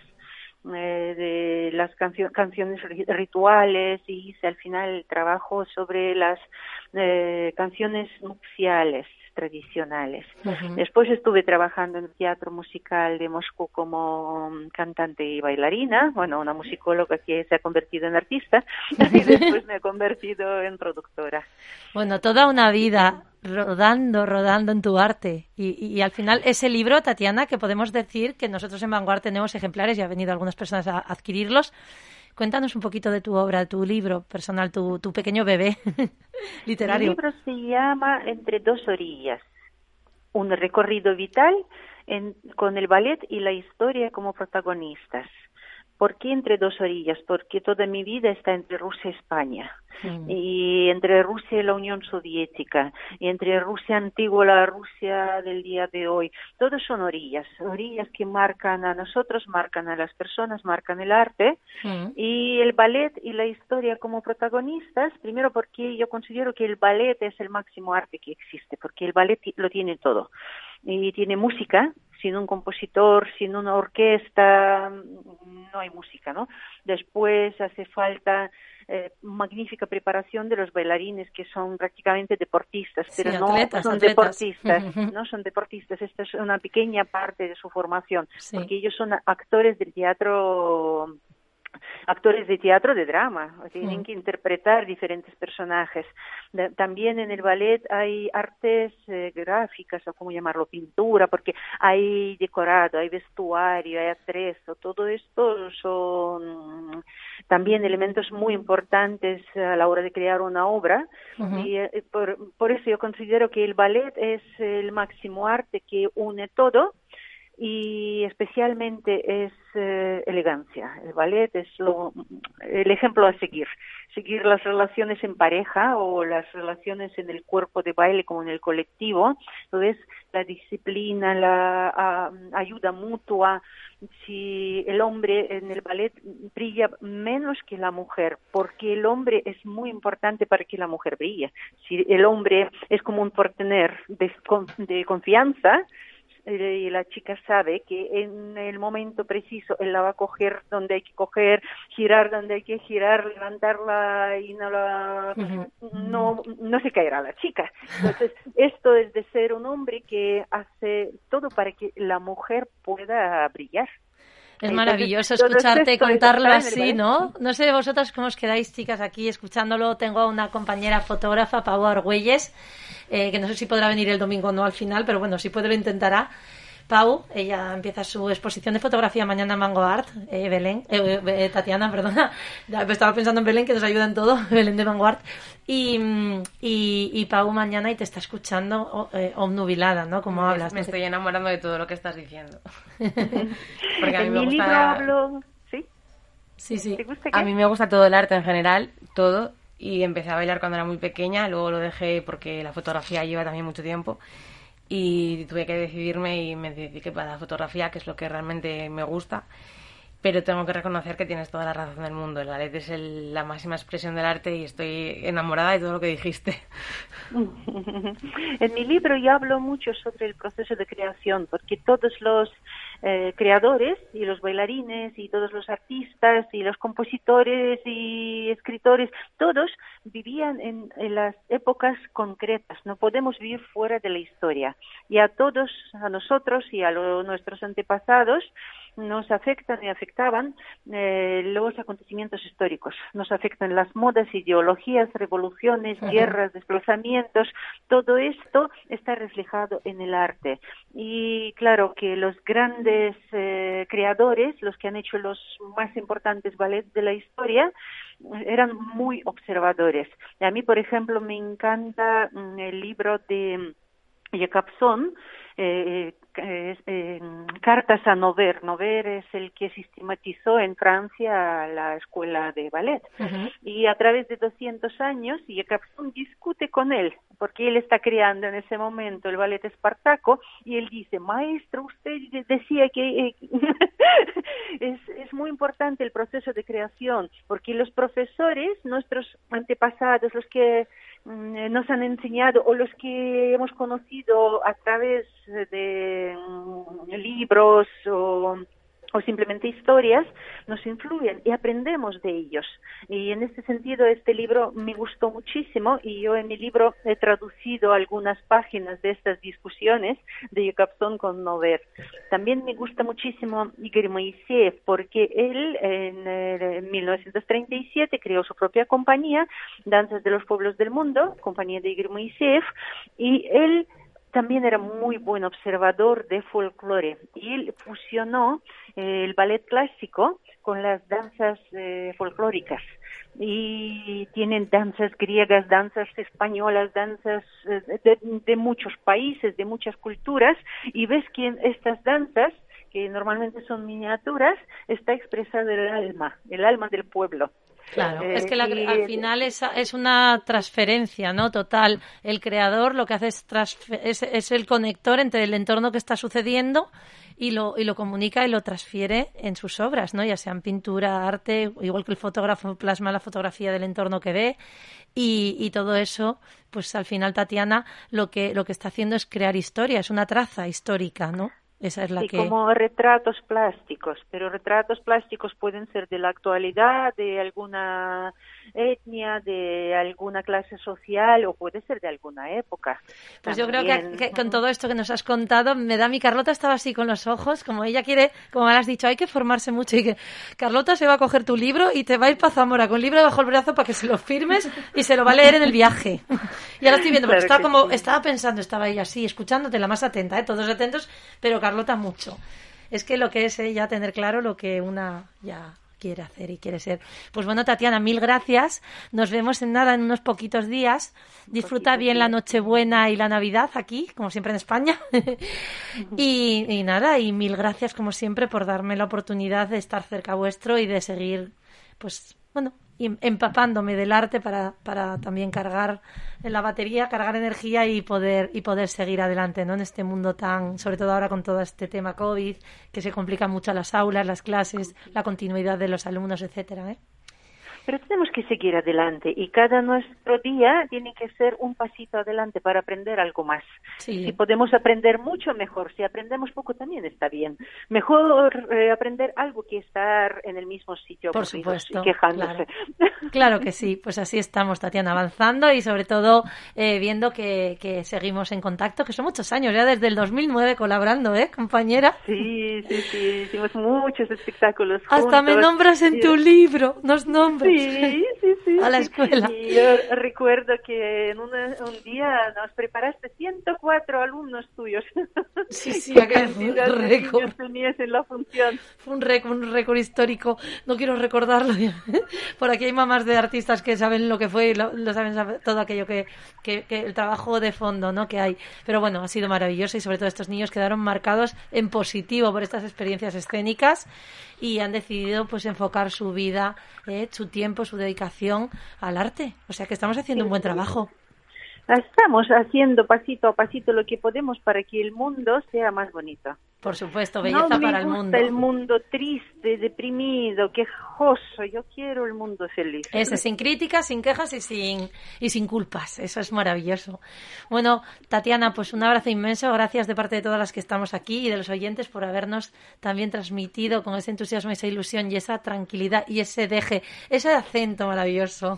de las cancio- canciones rituales, y hice al final el trabajo sobre las eh, canciones nupciales tradicionales. Uh-huh. Después estuve trabajando en el Teatro Musical de Moscú como cantante y bailarina, bueno, una musicóloga que se ha convertido en artista, y después me he convertido en productora. Bueno, toda una vida rodando, rodando en tu arte. Y, y, y al final ese libro, Tatiana, que podemos decir que nosotros en Vanguard tenemos ejemplares y han venido algunas personas a adquirirlos. Cuéntanos un poquito de tu obra, tu libro personal, tu, tu pequeño bebé literario. El libro se llama Entre dos orillas, un recorrido vital en, con el ballet y la historia como protagonistas. ¿Por qué entre dos orillas? Porque toda mi vida está entre Rusia y España, mm. y entre Rusia y la Unión Soviética, y entre Rusia antigua y la Rusia del día de hoy. Todos son orillas, orillas que marcan a nosotros, marcan a las personas, marcan el arte, mm. y el ballet y la historia como protagonistas, primero porque yo considero que el ballet es el máximo arte que existe, porque el ballet lo tiene todo, y tiene música. Sin un compositor, sin una orquesta, no hay música, ¿no? Después hace falta eh, magnífica preparación de los bailarines, que son prácticamente deportistas, pero sí, no atletas, son atletas. deportistas, no son deportistas. Esta es una pequeña parte de su formación, sí. porque ellos son actores del teatro actores de teatro de drama, tienen que interpretar diferentes personajes. De, también en el ballet hay artes eh, gráficas, o como llamarlo, pintura, porque hay decorado, hay vestuario, hay atrezo, todo esto son también elementos muy importantes a la hora de crear una obra. Uh-huh. Y eh, por, por eso yo considero que el ballet es el máximo arte que une todo, y especialmente es eh, elegancia. El ballet es lo, el ejemplo a seguir. Seguir las relaciones en pareja o las relaciones en el cuerpo de baile como en el colectivo. Entonces, la disciplina, la a, ayuda mutua. Si el hombre en el ballet brilla menos que la mujer, porque el hombre es muy importante para que la mujer brille. Si el hombre es como un partener de, de confianza, y la chica sabe que en el momento preciso él la va a coger donde hay que coger, girar donde hay que girar, levantarla y no la uh-huh. no no se caerá la chica. Entonces, esto es de ser un hombre que hace todo para que la mujer pueda brillar. Es maravilloso escucharte contarlo así, ¿no? No sé vosotras cómo os quedáis, chicas, aquí escuchándolo. Tengo a una compañera fotógrafa, Pau Argüelles, eh, que no sé si podrá venir el domingo o no al final, pero bueno, si puede lo intentará. Pau, ella empieza su exposición de fotografía mañana en Mango Art, eh, Belén, eh, eh, Tatiana, perdona, estaba pensando en Belén, que nos ayuda en todo, Belén de Mango Art, y, y, y Pau mañana y te está escuchando eh, obnubilada, ¿no? Como me, hablas. Me no estoy sé. enamorando de todo lo que estás diciendo. Porque a mí en me mi gusta... libro hablo... ¿Sí? Sí, sí. ¿Te gusta a qué? mí me gusta todo el arte en general, todo, y empecé a bailar cuando era muy pequeña, luego lo dejé porque la fotografía lleva también mucho tiempo, y tuve que decidirme y me dediqué para la fotografía, que es lo que realmente me gusta. Pero tengo que reconocer que tienes toda la razón del mundo. El ballet es el, la máxima expresión del arte y estoy enamorada de todo lo que dijiste. En mi libro yo hablo mucho sobre el proceso de creación, porque todos los eh, creadores y los bailarines y todos los artistas y los compositores y escritores, todos vivían en, en las épocas concretas. No podemos vivir fuera de la historia. Y a todos, a nosotros y a lo, nuestros antepasados, nos afectan y afectaban eh, los acontecimientos históricos. Nos afectan las modas, ideologías, revoluciones, uh-huh. guerras, desplazamientos. Todo esto está reflejado en el arte. Y claro que los grandes eh, creadores, los que han hecho los más importantes ballets de la historia, eran muy observadores. A mí, por ejemplo, me encanta mm, el libro de Jacobson, eh, eh, eh, Cartas a Nover. Nover es el que sistematizó en Francia la escuela de ballet. Uh-huh. Y a través de doscientos años, Jacobson discute con él, porque él está creando en ese momento el ballet Espartaco, y él dice, maestro, usted decía que eh, es, es muy importante el proceso de creación, porque los profesores, nuestros antepasados, los que nos han enseñado o los que hemos conocido a través de um, libros o, o simplemente historias, nos influyen y aprendemos de ellos. Y en este sentido este libro me gustó muchísimo, y yo en mi libro he traducido algunas páginas de estas discusiones de Jacobson con Nover. También me gusta muchísimo Igor Moiseev, porque él en, en mil novecientos treinta y siete creó su propia compañía, Danzas de los Pueblos del Mundo, compañía de Igor Moiseev, y él también era muy buen observador de folclore, y él fusionó eh, el ballet clásico con las danzas eh, folclóricas, y tienen danzas griegas, danzas españolas, danzas eh, de, de muchos países, de muchas culturas, y ves que en estas danzas, que normalmente son miniaturas, está expresado el alma, el alma del pueblo. Claro, eh, es que la, y, al final es, es una transferencia, ¿no? Total. El creador lo que hace es, transfer, es, es el conector entre el entorno que está sucediendo y lo, y lo comunica y lo transfiere en sus obras, ¿no? Ya sean pintura, arte, igual que el fotógrafo plasma la fotografía del entorno que ve, y, y todo eso, pues al final Tatiana lo que, lo que está haciendo es crear historia, es una traza histórica, ¿no? Esa es la sí, que... como retratos plásticos, pero retratos plásticos pueden ser de la actualidad, de alguna etnia, de alguna clase social o puede ser de alguna época. Pues También. yo creo que, que con todo esto que nos has contado, me da mi Carlota estaba así con los ojos, como ella quiere, como me has dicho, hay que formarse mucho y que Carlota se va a coger tu libro y te va a ir para Zamora con el libro bajo el brazo para que se lo firmes y se lo va a leer en el viaje. Y ahora estoy viendo, porque Claro estaba como, sí. estaba pensando, estaba ella así, escuchándote, la más atenta, ¿eh? Todos atentos, pero Carlota mucho. Es que lo que es ella tener claro lo que una ya quiere hacer y quiere ser. Pues bueno, Tatiana, mil gracias. Nos vemos en nada, en unos poquitos días. Disfruta poquito, bien sí. la Nochebuena y la Navidad aquí, como siempre en España. y, y nada, y mil gracias como siempre por darme la oportunidad de estar cerca vuestro y de seguir, pues, bueno, y empapándome del arte para, para también cargar en la batería, cargar energía y poder y poder seguir adelante, ¿no? En este mundo tan, sobre todo ahora con todo este tema COVID, que se complican mucho las aulas, las clases, la continuidad de los alumnos, etcétera, ¿eh? Pero tenemos que seguir adelante y cada nuestro día tiene que ser un pasito adelante para aprender algo más. Sí. Si podemos aprender mucho, mejor. Si aprendemos poco, también está bien. Mejor eh, aprender algo que estar en el mismo sitio Por aburridos supuesto, y quejándose. Claro. Claro que sí, pues así estamos, Tatiana, avanzando y sobre todo eh, viendo que, que seguimos en contacto, que son muchos años, ya desde el dos mil nueve colaborando, ¿eh, compañera? Sí, sí, sí, hicimos muchos espectáculos juntos. Hasta me nombras en tu libro, nos nombras. Sí, sí, sí. A la sí. escuela. Y yo recuerdo que en una- un día nos preparaste ciento cuatro alumnos tuyos. Sí, sí, ¿Qué aquel fue un cantidad de récord. niños tenías en la función? Fue un récord, un récord histórico, no quiero recordarlo. Por aquí hay mamás de artistas que saben lo que fue y lo, lo saben saber todo aquello que, que, que el trabajo de fondo, ¿no?, que hay. Pero bueno, ha sido maravilloso y sobre todo estos niños quedaron marcados en positivo por estas experiencias escénicas y han decidido pues enfocar su vida, eh, su tiempo, su dedicación al arte. O sea que estamos haciendo un buen trabajo. Estamos haciendo pasito a pasito lo que podemos para que el mundo sea más bonito. Por supuesto, belleza no me para el gusta mundo. el mundo triste, deprimido, quejoso. Yo quiero el mundo feliz. Ese, sin críticas, sin quejas y sin, y sin culpas. Eso es maravilloso. Bueno, Tatiana, pues un abrazo inmenso. Gracias de parte de todas las que estamos aquí y de los oyentes por habernos también transmitido con ese entusiasmo, esa ilusión y esa tranquilidad y ese deje, ese acento maravilloso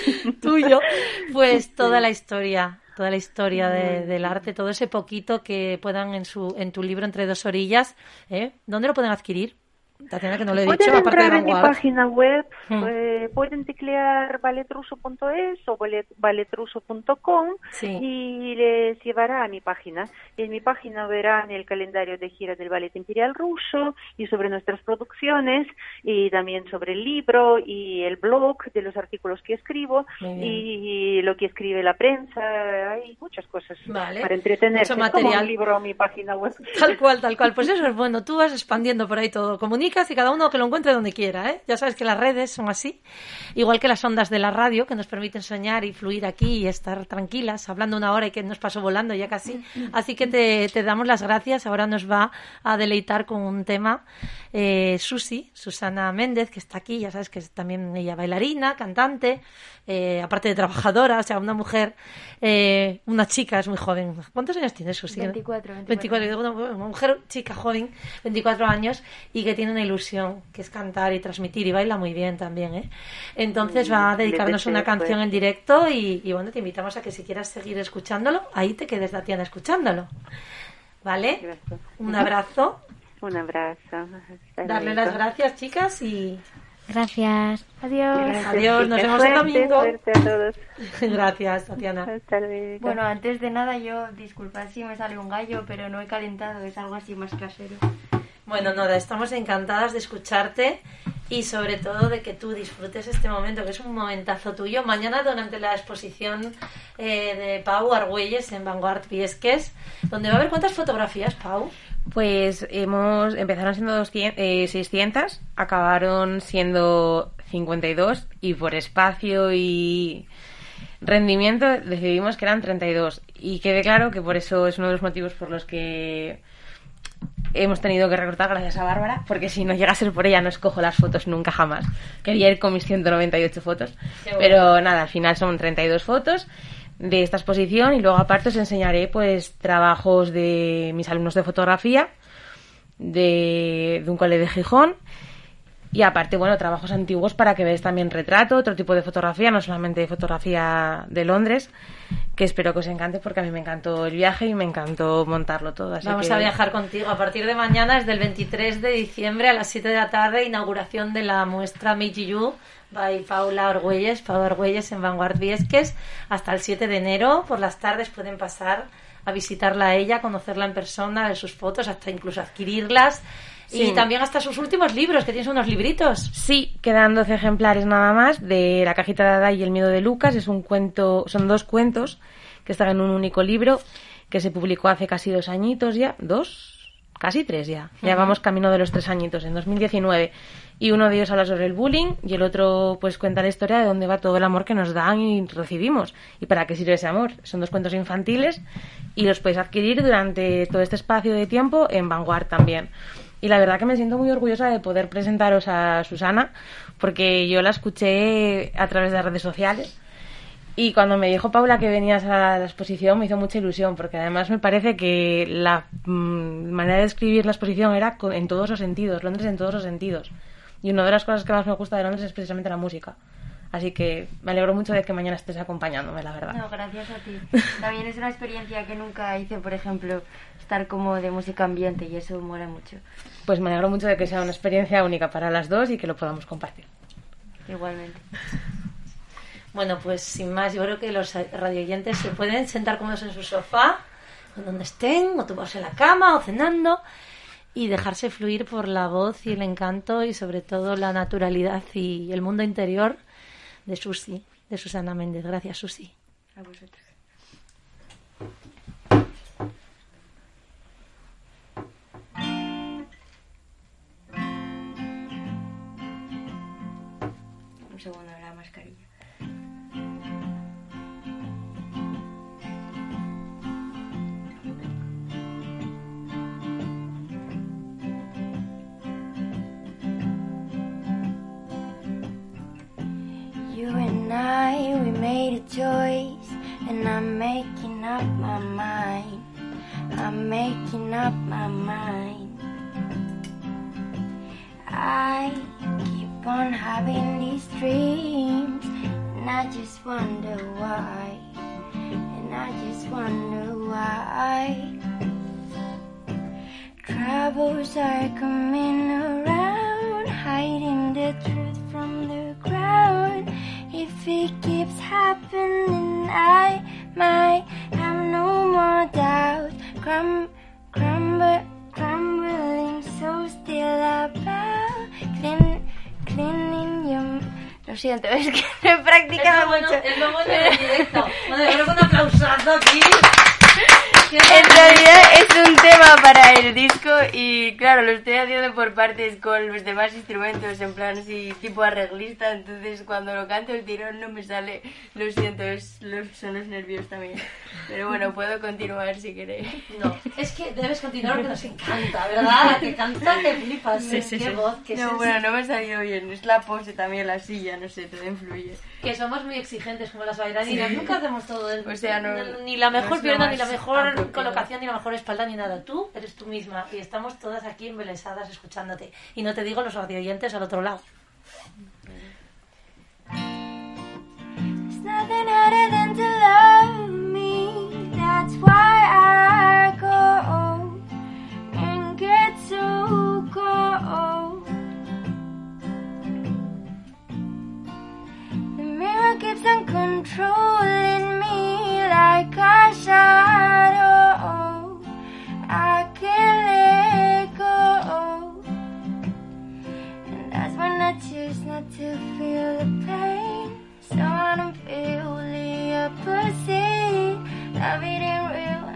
tuyo, pues toda la historia. Toda la historia de, del arte, todo ese poquito que puedan en su en tu libro Entre dos orillas, ¿eh? ¿Dónde lo pueden adquirir? Tatiana, que no lo he Pueden dicho, aparte de entrar en mi Vanguard. página web, Mm. eh, pueden teclear balletruso punto es o ballet, balletruso punto com Sí. y les llevará a mi página. En mi página verán el calendario de gira del Ballet Imperial Ruso y sobre nuestras producciones y también sobre el libro y el blog de los artículos que escribo Muy bien. y lo que escribe la prensa. Hay muchas cosas Vale. para entretenerse. Mucho Es como material. un libro a mi página web. Tal cual, tal cual. Pues eso es bueno. Tú vas expandiendo por ahí todo. Comunicas y cada uno que lo encuentre donde quiera, ¿eh? Ya sabes que las redes son así. Igual que las ondas de la radio que nos permiten soñar y fluir aquí y estar tranquilas, hablando una hora y que nos pasó volando ya casi. Así que te, te damos las gracias. Ahora nos va a deleitar con un tema eh, Susi, Susana Méndez, que está aquí. Ya sabes que es también ella bailarina, cantante, eh, aparte de trabajadora, o sea, una mujer, eh, una chica, es muy joven. ¿Cuántos años tiene Susi? veinticuatro, veinticuatro. Una, una mujer, chica joven, veinticuatro años, y que tiene una ilusión, que es cantar y transmitir, y baila muy bien también, ¿eh? Entonces va a dedicarnos una canción en directo y, y bueno, te invitamos a que si quieras seguir escuchándolo, ahí te quedes, Tatiana, escuchándolo. ¿Vale? Gracias. Un abrazo. Un abrazo. Hasta Darle luego. las gracias, chicas, y Gracias. Adiós. Gracias, adiós, nos chicas. vemos el Suerte, domingo. suerte a todos. Gracias, Tatiana. Hasta luego. Bueno, antes de nada, yo, disculpad si me sale un gallo, pero no he calentado, es algo así más casero. Bueno, Nora, estamos encantadas de escucharte y sobre todo de que tú disfrutes este momento, que es un momentazo tuyo. Mañana durante la exposición eh, de Pau Argüelles en Vanguard Viesques, donde va a haber ¿cuántas fotografías, Pau? Pues hemos empezaron siendo doscientas, eh, seiscientas, acabaron siendo cincuenta y dos y por espacio y rendimiento decidimos que eran treinta y dos y quede claro que por eso es uno de los motivos por los que hemos tenido que recortar gracias a Bárbara, porque si no llega a ser por ella no escojo las fotos nunca jamás. Quería ir con mis ciento noventa y ocho fotos, Qué bueno. pero nada, al final son treinta y dos fotos de esta exposición y luego aparte os enseñaré pues trabajos de mis alumnos de fotografía de, de un cole de Gijón Y aparte, bueno, trabajos antiguos para que veáis también retrato, otro tipo de fotografía, no solamente fotografía de Londres, que espero que os encante porque a mí me encantó el viaje y me encantó montarlo todo. Así Vamos que... a viajar contigo a partir de mañana, desde el veintitrés de diciembre a las siete de la tarde, inauguración de la muestra Meiji Yu by Paula Argüelles, Paula Argüelles en Vanguard Viesques, hasta el siete de enero. Por las tardes pueden pasar a visitarla a ella, conocerla en persona, ver sus fotos, hasta incluso adquirirlas. Sí. Y también hasta sus últimos libros, que tienes unos libritos. Sí, quedan doce ejemplares nada más de La cajita de Ada y el miedo de Lucas. Es un cuento, son dos cuentos que están en un único libro que se publicó hace casi dos añitos ya, dos, casi tres ya. Uh-huh. Ya vamos camino de los tres añitos, en dos mil diecinueve. Y uno de ellos habla sobre el bullying y el otro pues cuenta la historia de dónde va todo el amor que nos dan y recibimos y para qué sirve ese amor. Son dos cuentos infantiles y los podéis adquirir durante todo este espacio de tiempo en Vanguard también. Y la verdad que me siento muy orgullosa de poder presentaros a Susana, porque yo la escuché a través de redes sociales y cuando me dijo Paula que venías a la exposición me hizo mucha ilusión, porque además me parece que la mmm, manera de escribir la exposición era en todos los sentidos, Londres en todos los sentidos. Y una de las cosas que más me gusta de Londres es precisamente la música. Así que me alegro mucho de que mañana estés acompañándome, la verdad. No, gracias a ti. También es una experiencia que nunca hice, por ejemplo, estar como de música ambiente y eso mola mucho. Pues me alegro mucho de que sea una experiencia única para las dos y que lo podamos compartir. Igualmente. Bueno, pues sin más, yo creo que los radioyentes se pueden sentar cómodos en su sofá, o donde estén, o tumbarse en la cama, o cenando, y dejarse fluir por la voz y el encanto y sobre todo la naturalidad y el mundo interior de Susi, de Susana Méndez. Gracias, Susi. A vosotros. Un segundo, la mascarilla. You and I, we made a choice, and I'm making up my mind. I'm making up my mind. I keep on having these dreams, and I just wonder why. And I just wonder why. Troubles are coming around, hiding the truth from the ground. If it keeps happening, I might have no more doubt. Crum, crumble, crumbling, so still about. Clean, cleaning your... Lo siento, es que no he practicado bueno, mucho. Es lo bueno del directo. Bueno, yo creo que un aplausazo aquí. En realidad es un tema para el disco y claro, lo estoy haciendo por partes con los demás instrumentos, en plan así tipo arreglista, entonces cuando lo canto el tirón no me sale, lo siento, es, los, son los nervios también. Pero bueno, puedo continuar si queréis. No, es que debes continuar porque nos encanta, ¿verdad? Que canta, que flipas, sí, sí, qué sí. voz, qué No, sensi- bueno, no me ha salido bien, es la pose también, la silla, no sé, todo influye. Que somos muy exigentes como las bailarinas, Sí. nunca hacemos todo el, O sea, no- ni la mejor no es lo pierna, más ni la mejor apropiado. colocación, ni la mejor espalda, ni nada. Tú eres tú misma y estamos todas aquí embelesadas escuchándote. Y no te digo los radioyentes al otro lado. There's nothing harder than to love me. That's why I go and get so cold. The mirror keeps on controlling me like a shadow. I can't let go. And that's when I choose not to feel the pain. So I don't feel the opposite. Love it ain't real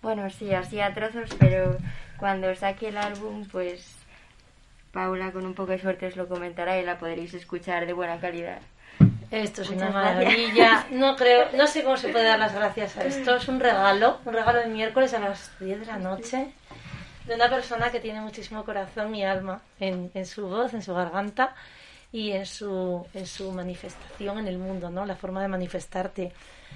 Bueno, sí, así a trozos, pero cuando saque el álbum, pues Paula con un poco de suerte os lo comentará y la podréis escuchar de buena calidad. Esto es Muchas una maravilla. gracias. No creo, no sé cómo se puede dar las gracias a esto. Es un regalo, un regalo de miércoles a las diez de la noche de una persona que tiene muchísimo corazón y alma en, en su voz, en su garganta y en su, en su manifestación en el mundo, ¿no? La forma de manifestarte.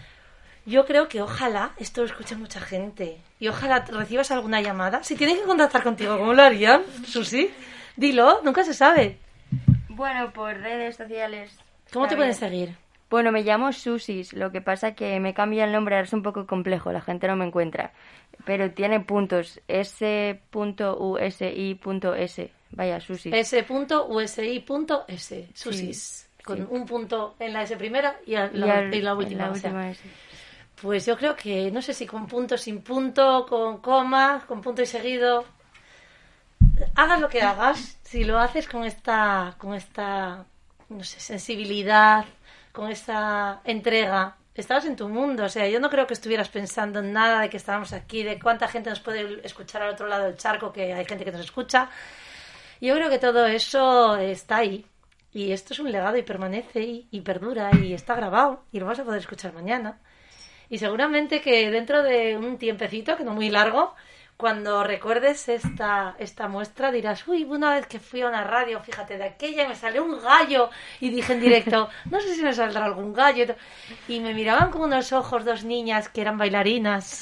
Yo creo que ojalá esto lo escuche mucha gente y ojalá recibas alguna llamada. Si tienen que contactar contigo, ¿cómo lo harían, Susi? Dilo, nunca se sabe. Bueno, por redes sociales. ¿Cómo te Está pueden bien. seguir? Bueno, me llamo Susis, lo que pasa que me cambia el nombre, ahora es un poco complejo, la gente no me encuentra. Pero tiene puntos, s punto u s i punto s, vaya, Susis. s punto u s i punto s, Susis. Sí, con sí. un punto en la S primera y, a, la, y, al, y la última. La o sea. última S. Pues yo creo que, no sé si con punto, sin punto, con coma, con punto y seguido. Hagas lo que hagas, si lo haces con esta, con esta, no sé, sensibilidad, con esta entrega, estabas en tu mundo. O sea, yo no creo que estuvieras pensando en nada de que estábamos aquí, de cuánta gente nos puede escuchar al otro lado del charco, que hay gente que nos escucha. Yo creo que todo eso está ahí. Y esto es un legado y permanece y, y perdura y está grabado y lo vas a poder escuchar mañana. Y seguramente que dentro de un tiempecito, que no muy largo, cuando recuerdes esta, esta muestra dirás, uy, una vez que fui a una radio, fíjate, de aquella me salió un gallo y dije en directo, no sé si me saldrá algún gallo. Y me miraban con unos ojos dos niñas que eran bailarinas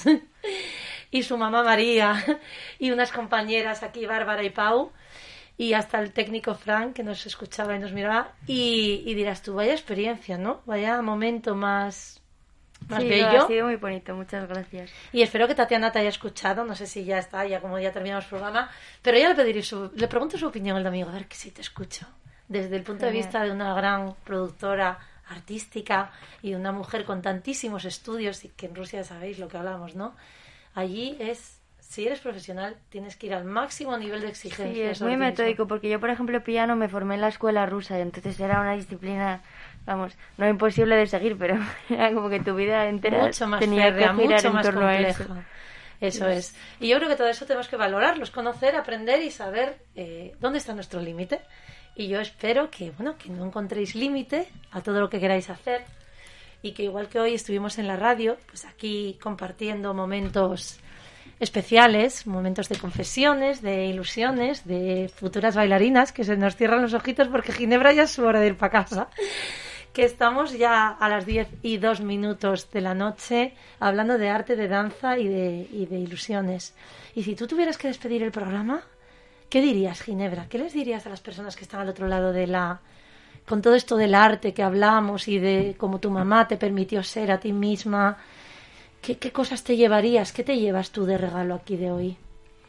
y su mamá María y unas compañeras aquí, Bárbara y Pau, y hasta el técnico Frank que nos escuchaba y nos miraba y, y dirás tú, vaya experiencia, ¿no? Vaya momento más... más sí, bello. No, ha sido muy bonito, muchas gracias. Y espero que Tatiana te haya escuchado, no sé si ya está, ya como ya terminamos el programa, pero ya le pediré su, le pregunto su opinión el domingo, a ver que si te escucho. Desde el punto de vista de una gran productora artística y de una mujer con tantísimos estudios, y que en Rusia sabéis lo que hablamos, ¿no? Allí es, si eres profesional, tienes que ir al máximo nivel de exigencia. Sí, es muy metódico, porque yo, por ejemplo, piano me formé en la escuela rusa, y entonces era una disciplina... Vamos, no es imposible de seguir, pero era como que tu vida entera mucho más tenía férrea, que girar mucho en más torno compleja. a eso. Eso es. Y yo creo que todo eso tenemos que valorarlos, conocer, aprender y saber eh, dónde está nuestro límite. Y yo espero que, bueno, que no encontréis límite a todo lo que queráis hacer y que igual que hoy estuvimos en la radio, pues aquí compartiendo momentos especiales, momentos de confesiones, de ilusiones, de futuras bailarinas, que se nos cierran los ojitos porque Ginebra ya es su hora de ir para casa. Que estamos ya a las diez y dos minutos de la noche hablando de arte, de danza y de, y de ilusiones. Y si tú tuvieras que despedir el programa, ¿qué dirías, Ginebra? ¿Qué les dirías a las personas que están al otro lado de la... con todo esto del arte que hablamos y de cómo tu mamá te permitió ser a ti misma? ¿Qué, qué cosas te llevarías? ¿Qué te llevas tú de regalo aquí de hoy?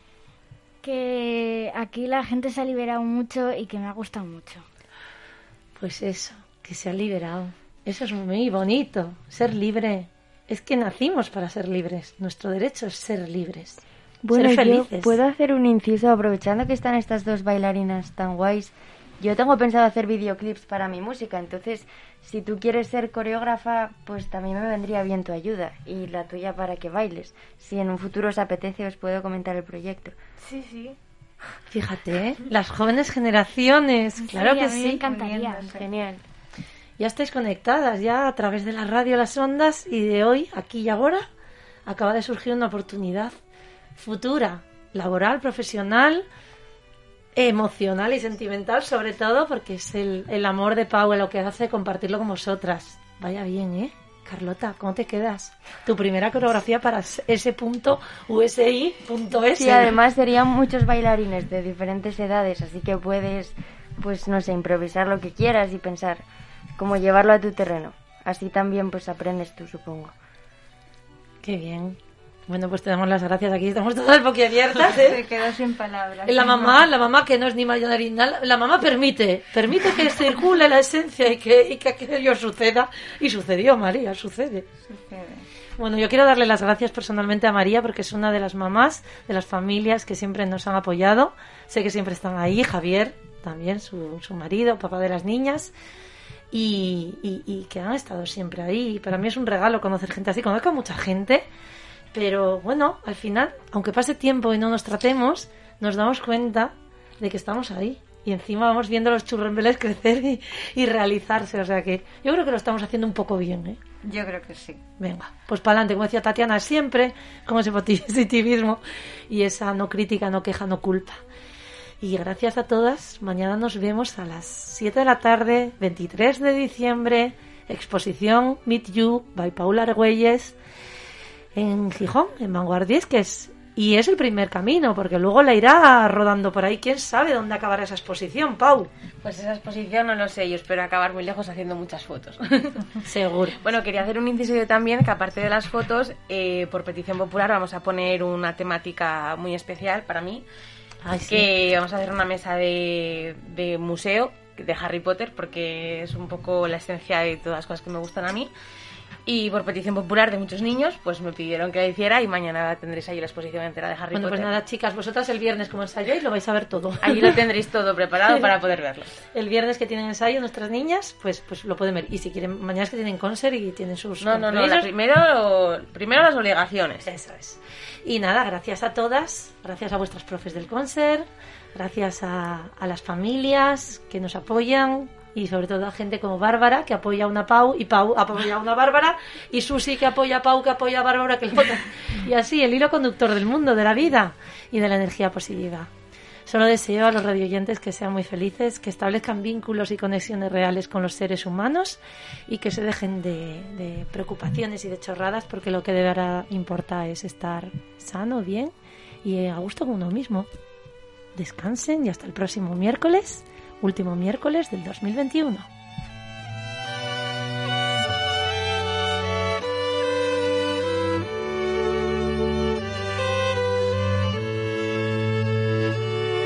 Que aquí la gente se ha liberado mucho y que me ha gustado mucho. Pues eso, que se ha liberado. Eso es muy bonito, ser libre. Es que nacimos para ser libres. Nuestro derecho es ser libres. Bueno, ser felices. Yo puedo hacer un inciso aprovechando que están estas dos bailarinas tan guays. Yo tengo pensado hacer videoclips para mi música, entonces si tú quieres ser coreógrafa, pues también me vendría bien tu ayuda y la tuya para que bailes. Si en un futuro os apetece, os puedo comentar el proyecto. Sí, sí. Fíjate, ¿eh? Las jóvenes generaciones, claro sí, que a mí sí. Me encantaría. Genial. Ya estáis conectadas, ya a través de la radio, las ondas, y de hoy, aquí y ahora, acaba de surgir una oportunidad futura, laboral, profesional, emocional y sentimental, sobre todo, porque es el, el amor de Pau lo que hace compartirlo con vosotras. Vaya bien, ¿eh? Carlota, ¿cómo te quedas? Tu primera coreografía para ese punto u s i punto s. Sí, además serían muchos bailarines de diferentes edades, así que puedes, pues no sé, improvisar lo que quieras y pensar cómo llevarlo a tu terreno. Así también pues aprendes tú, supongo. Qué bien. Bueno, pues te damos las gracias. Aquí estamos todas boquiabiertas, ¿eh? Se quedó sin palabras. La mamá, la mamá que no es ni mayorina, la mamá permite, permite que circule la esencia y que, y que aquello suceda. Y sucedió, María, sucede. Sucede. Bueno, yo quiero darle las gracias personalmente a María porque es una de las mamás, de las familias que siempre nos han apoyado. Sé que siempre están ahí, Javier, también su, su marido, papá de las niñas. Y, y, y que han estado siempre ahí. Y para mí es un regalo conocer gente así. Conozco a mucha gente Pero bueno, al final, aunque pase tiempo y no nos tratemos, nos damos cuenta de que estamos ahí. Y encima vamos viendo los churrumbeles crecer y, y realizarse. O sea que yo creo que lo estamos haciendo un poco bien, ¿eh? Yo creo que sí. Venga, pues para adelante, como decía Tatiana, siempre con ese positivismo y esa no crítica, no queja, no culpa. Y gracias a todas. Mañana nos vemos a las siete de la tarde, veintitrés de diciembre, exposición Meet You by Paula Argüelles en Gijón, en Vanguardies, que es... Y es el primer camino, porque luego la irá rodando por ahí. ¿Quién sabe dónde acabará esa exposición, Pau? Pues esa exposición no lo sé, yo espero acabar muy lejos haciendo muchas fotos. Seguro. Bueno, quería hacer un inciso también, que aparte de las fotos, eh, por petición popular vamos a poner una temática muy especial para mí. Ay, sí. Que vamos a hacer una mesa de, de museo de Harry Potter, porque es un poco la esencia de todas las cosas que me gustan a mí. Y por petición popular de muchos niños, pues me pidieron que la hiciera y mañana tendréis ahí la exposición entera de Harry bueno, Potter. Bueno, pues nada, chicas, vosotras el viernes como ensayáis lo vais a ver todo. Allí lo tendréis todo preparado para poder verlo. El viernes que tienen ensayo nuestras niñas, pues pues lo pueden ver. Y si quieren, mañana es que tienen concert y tienen sus No, no, no, la primero, primero las obligaciones. Eso es. Y nada, gracias a todas, gracias a vuestros profes del concert, gracias a, a las familias que nos apoyan, y sobre todo a gente como Bárbara, que apoya a una Pau, y Pau apoya a una Bárbara, y Susi, que apoya a Pau, que apoya a Bárbara, que la otra. Y así, el hilo conductor del mundo, de la vida y de la energía positiva. Solo deseo a los radioyentes que sean muy felices, que establezcan vínculos y conexiones reales con los seres humanos y que se dejen de, de preocupaciones y de chorradas, porque lo que de verdad importa es estar sano, bien y a gusto con uno mismo. Descansen y hasta el próximo miércoles. Último miércoles del dos mil veintiuno.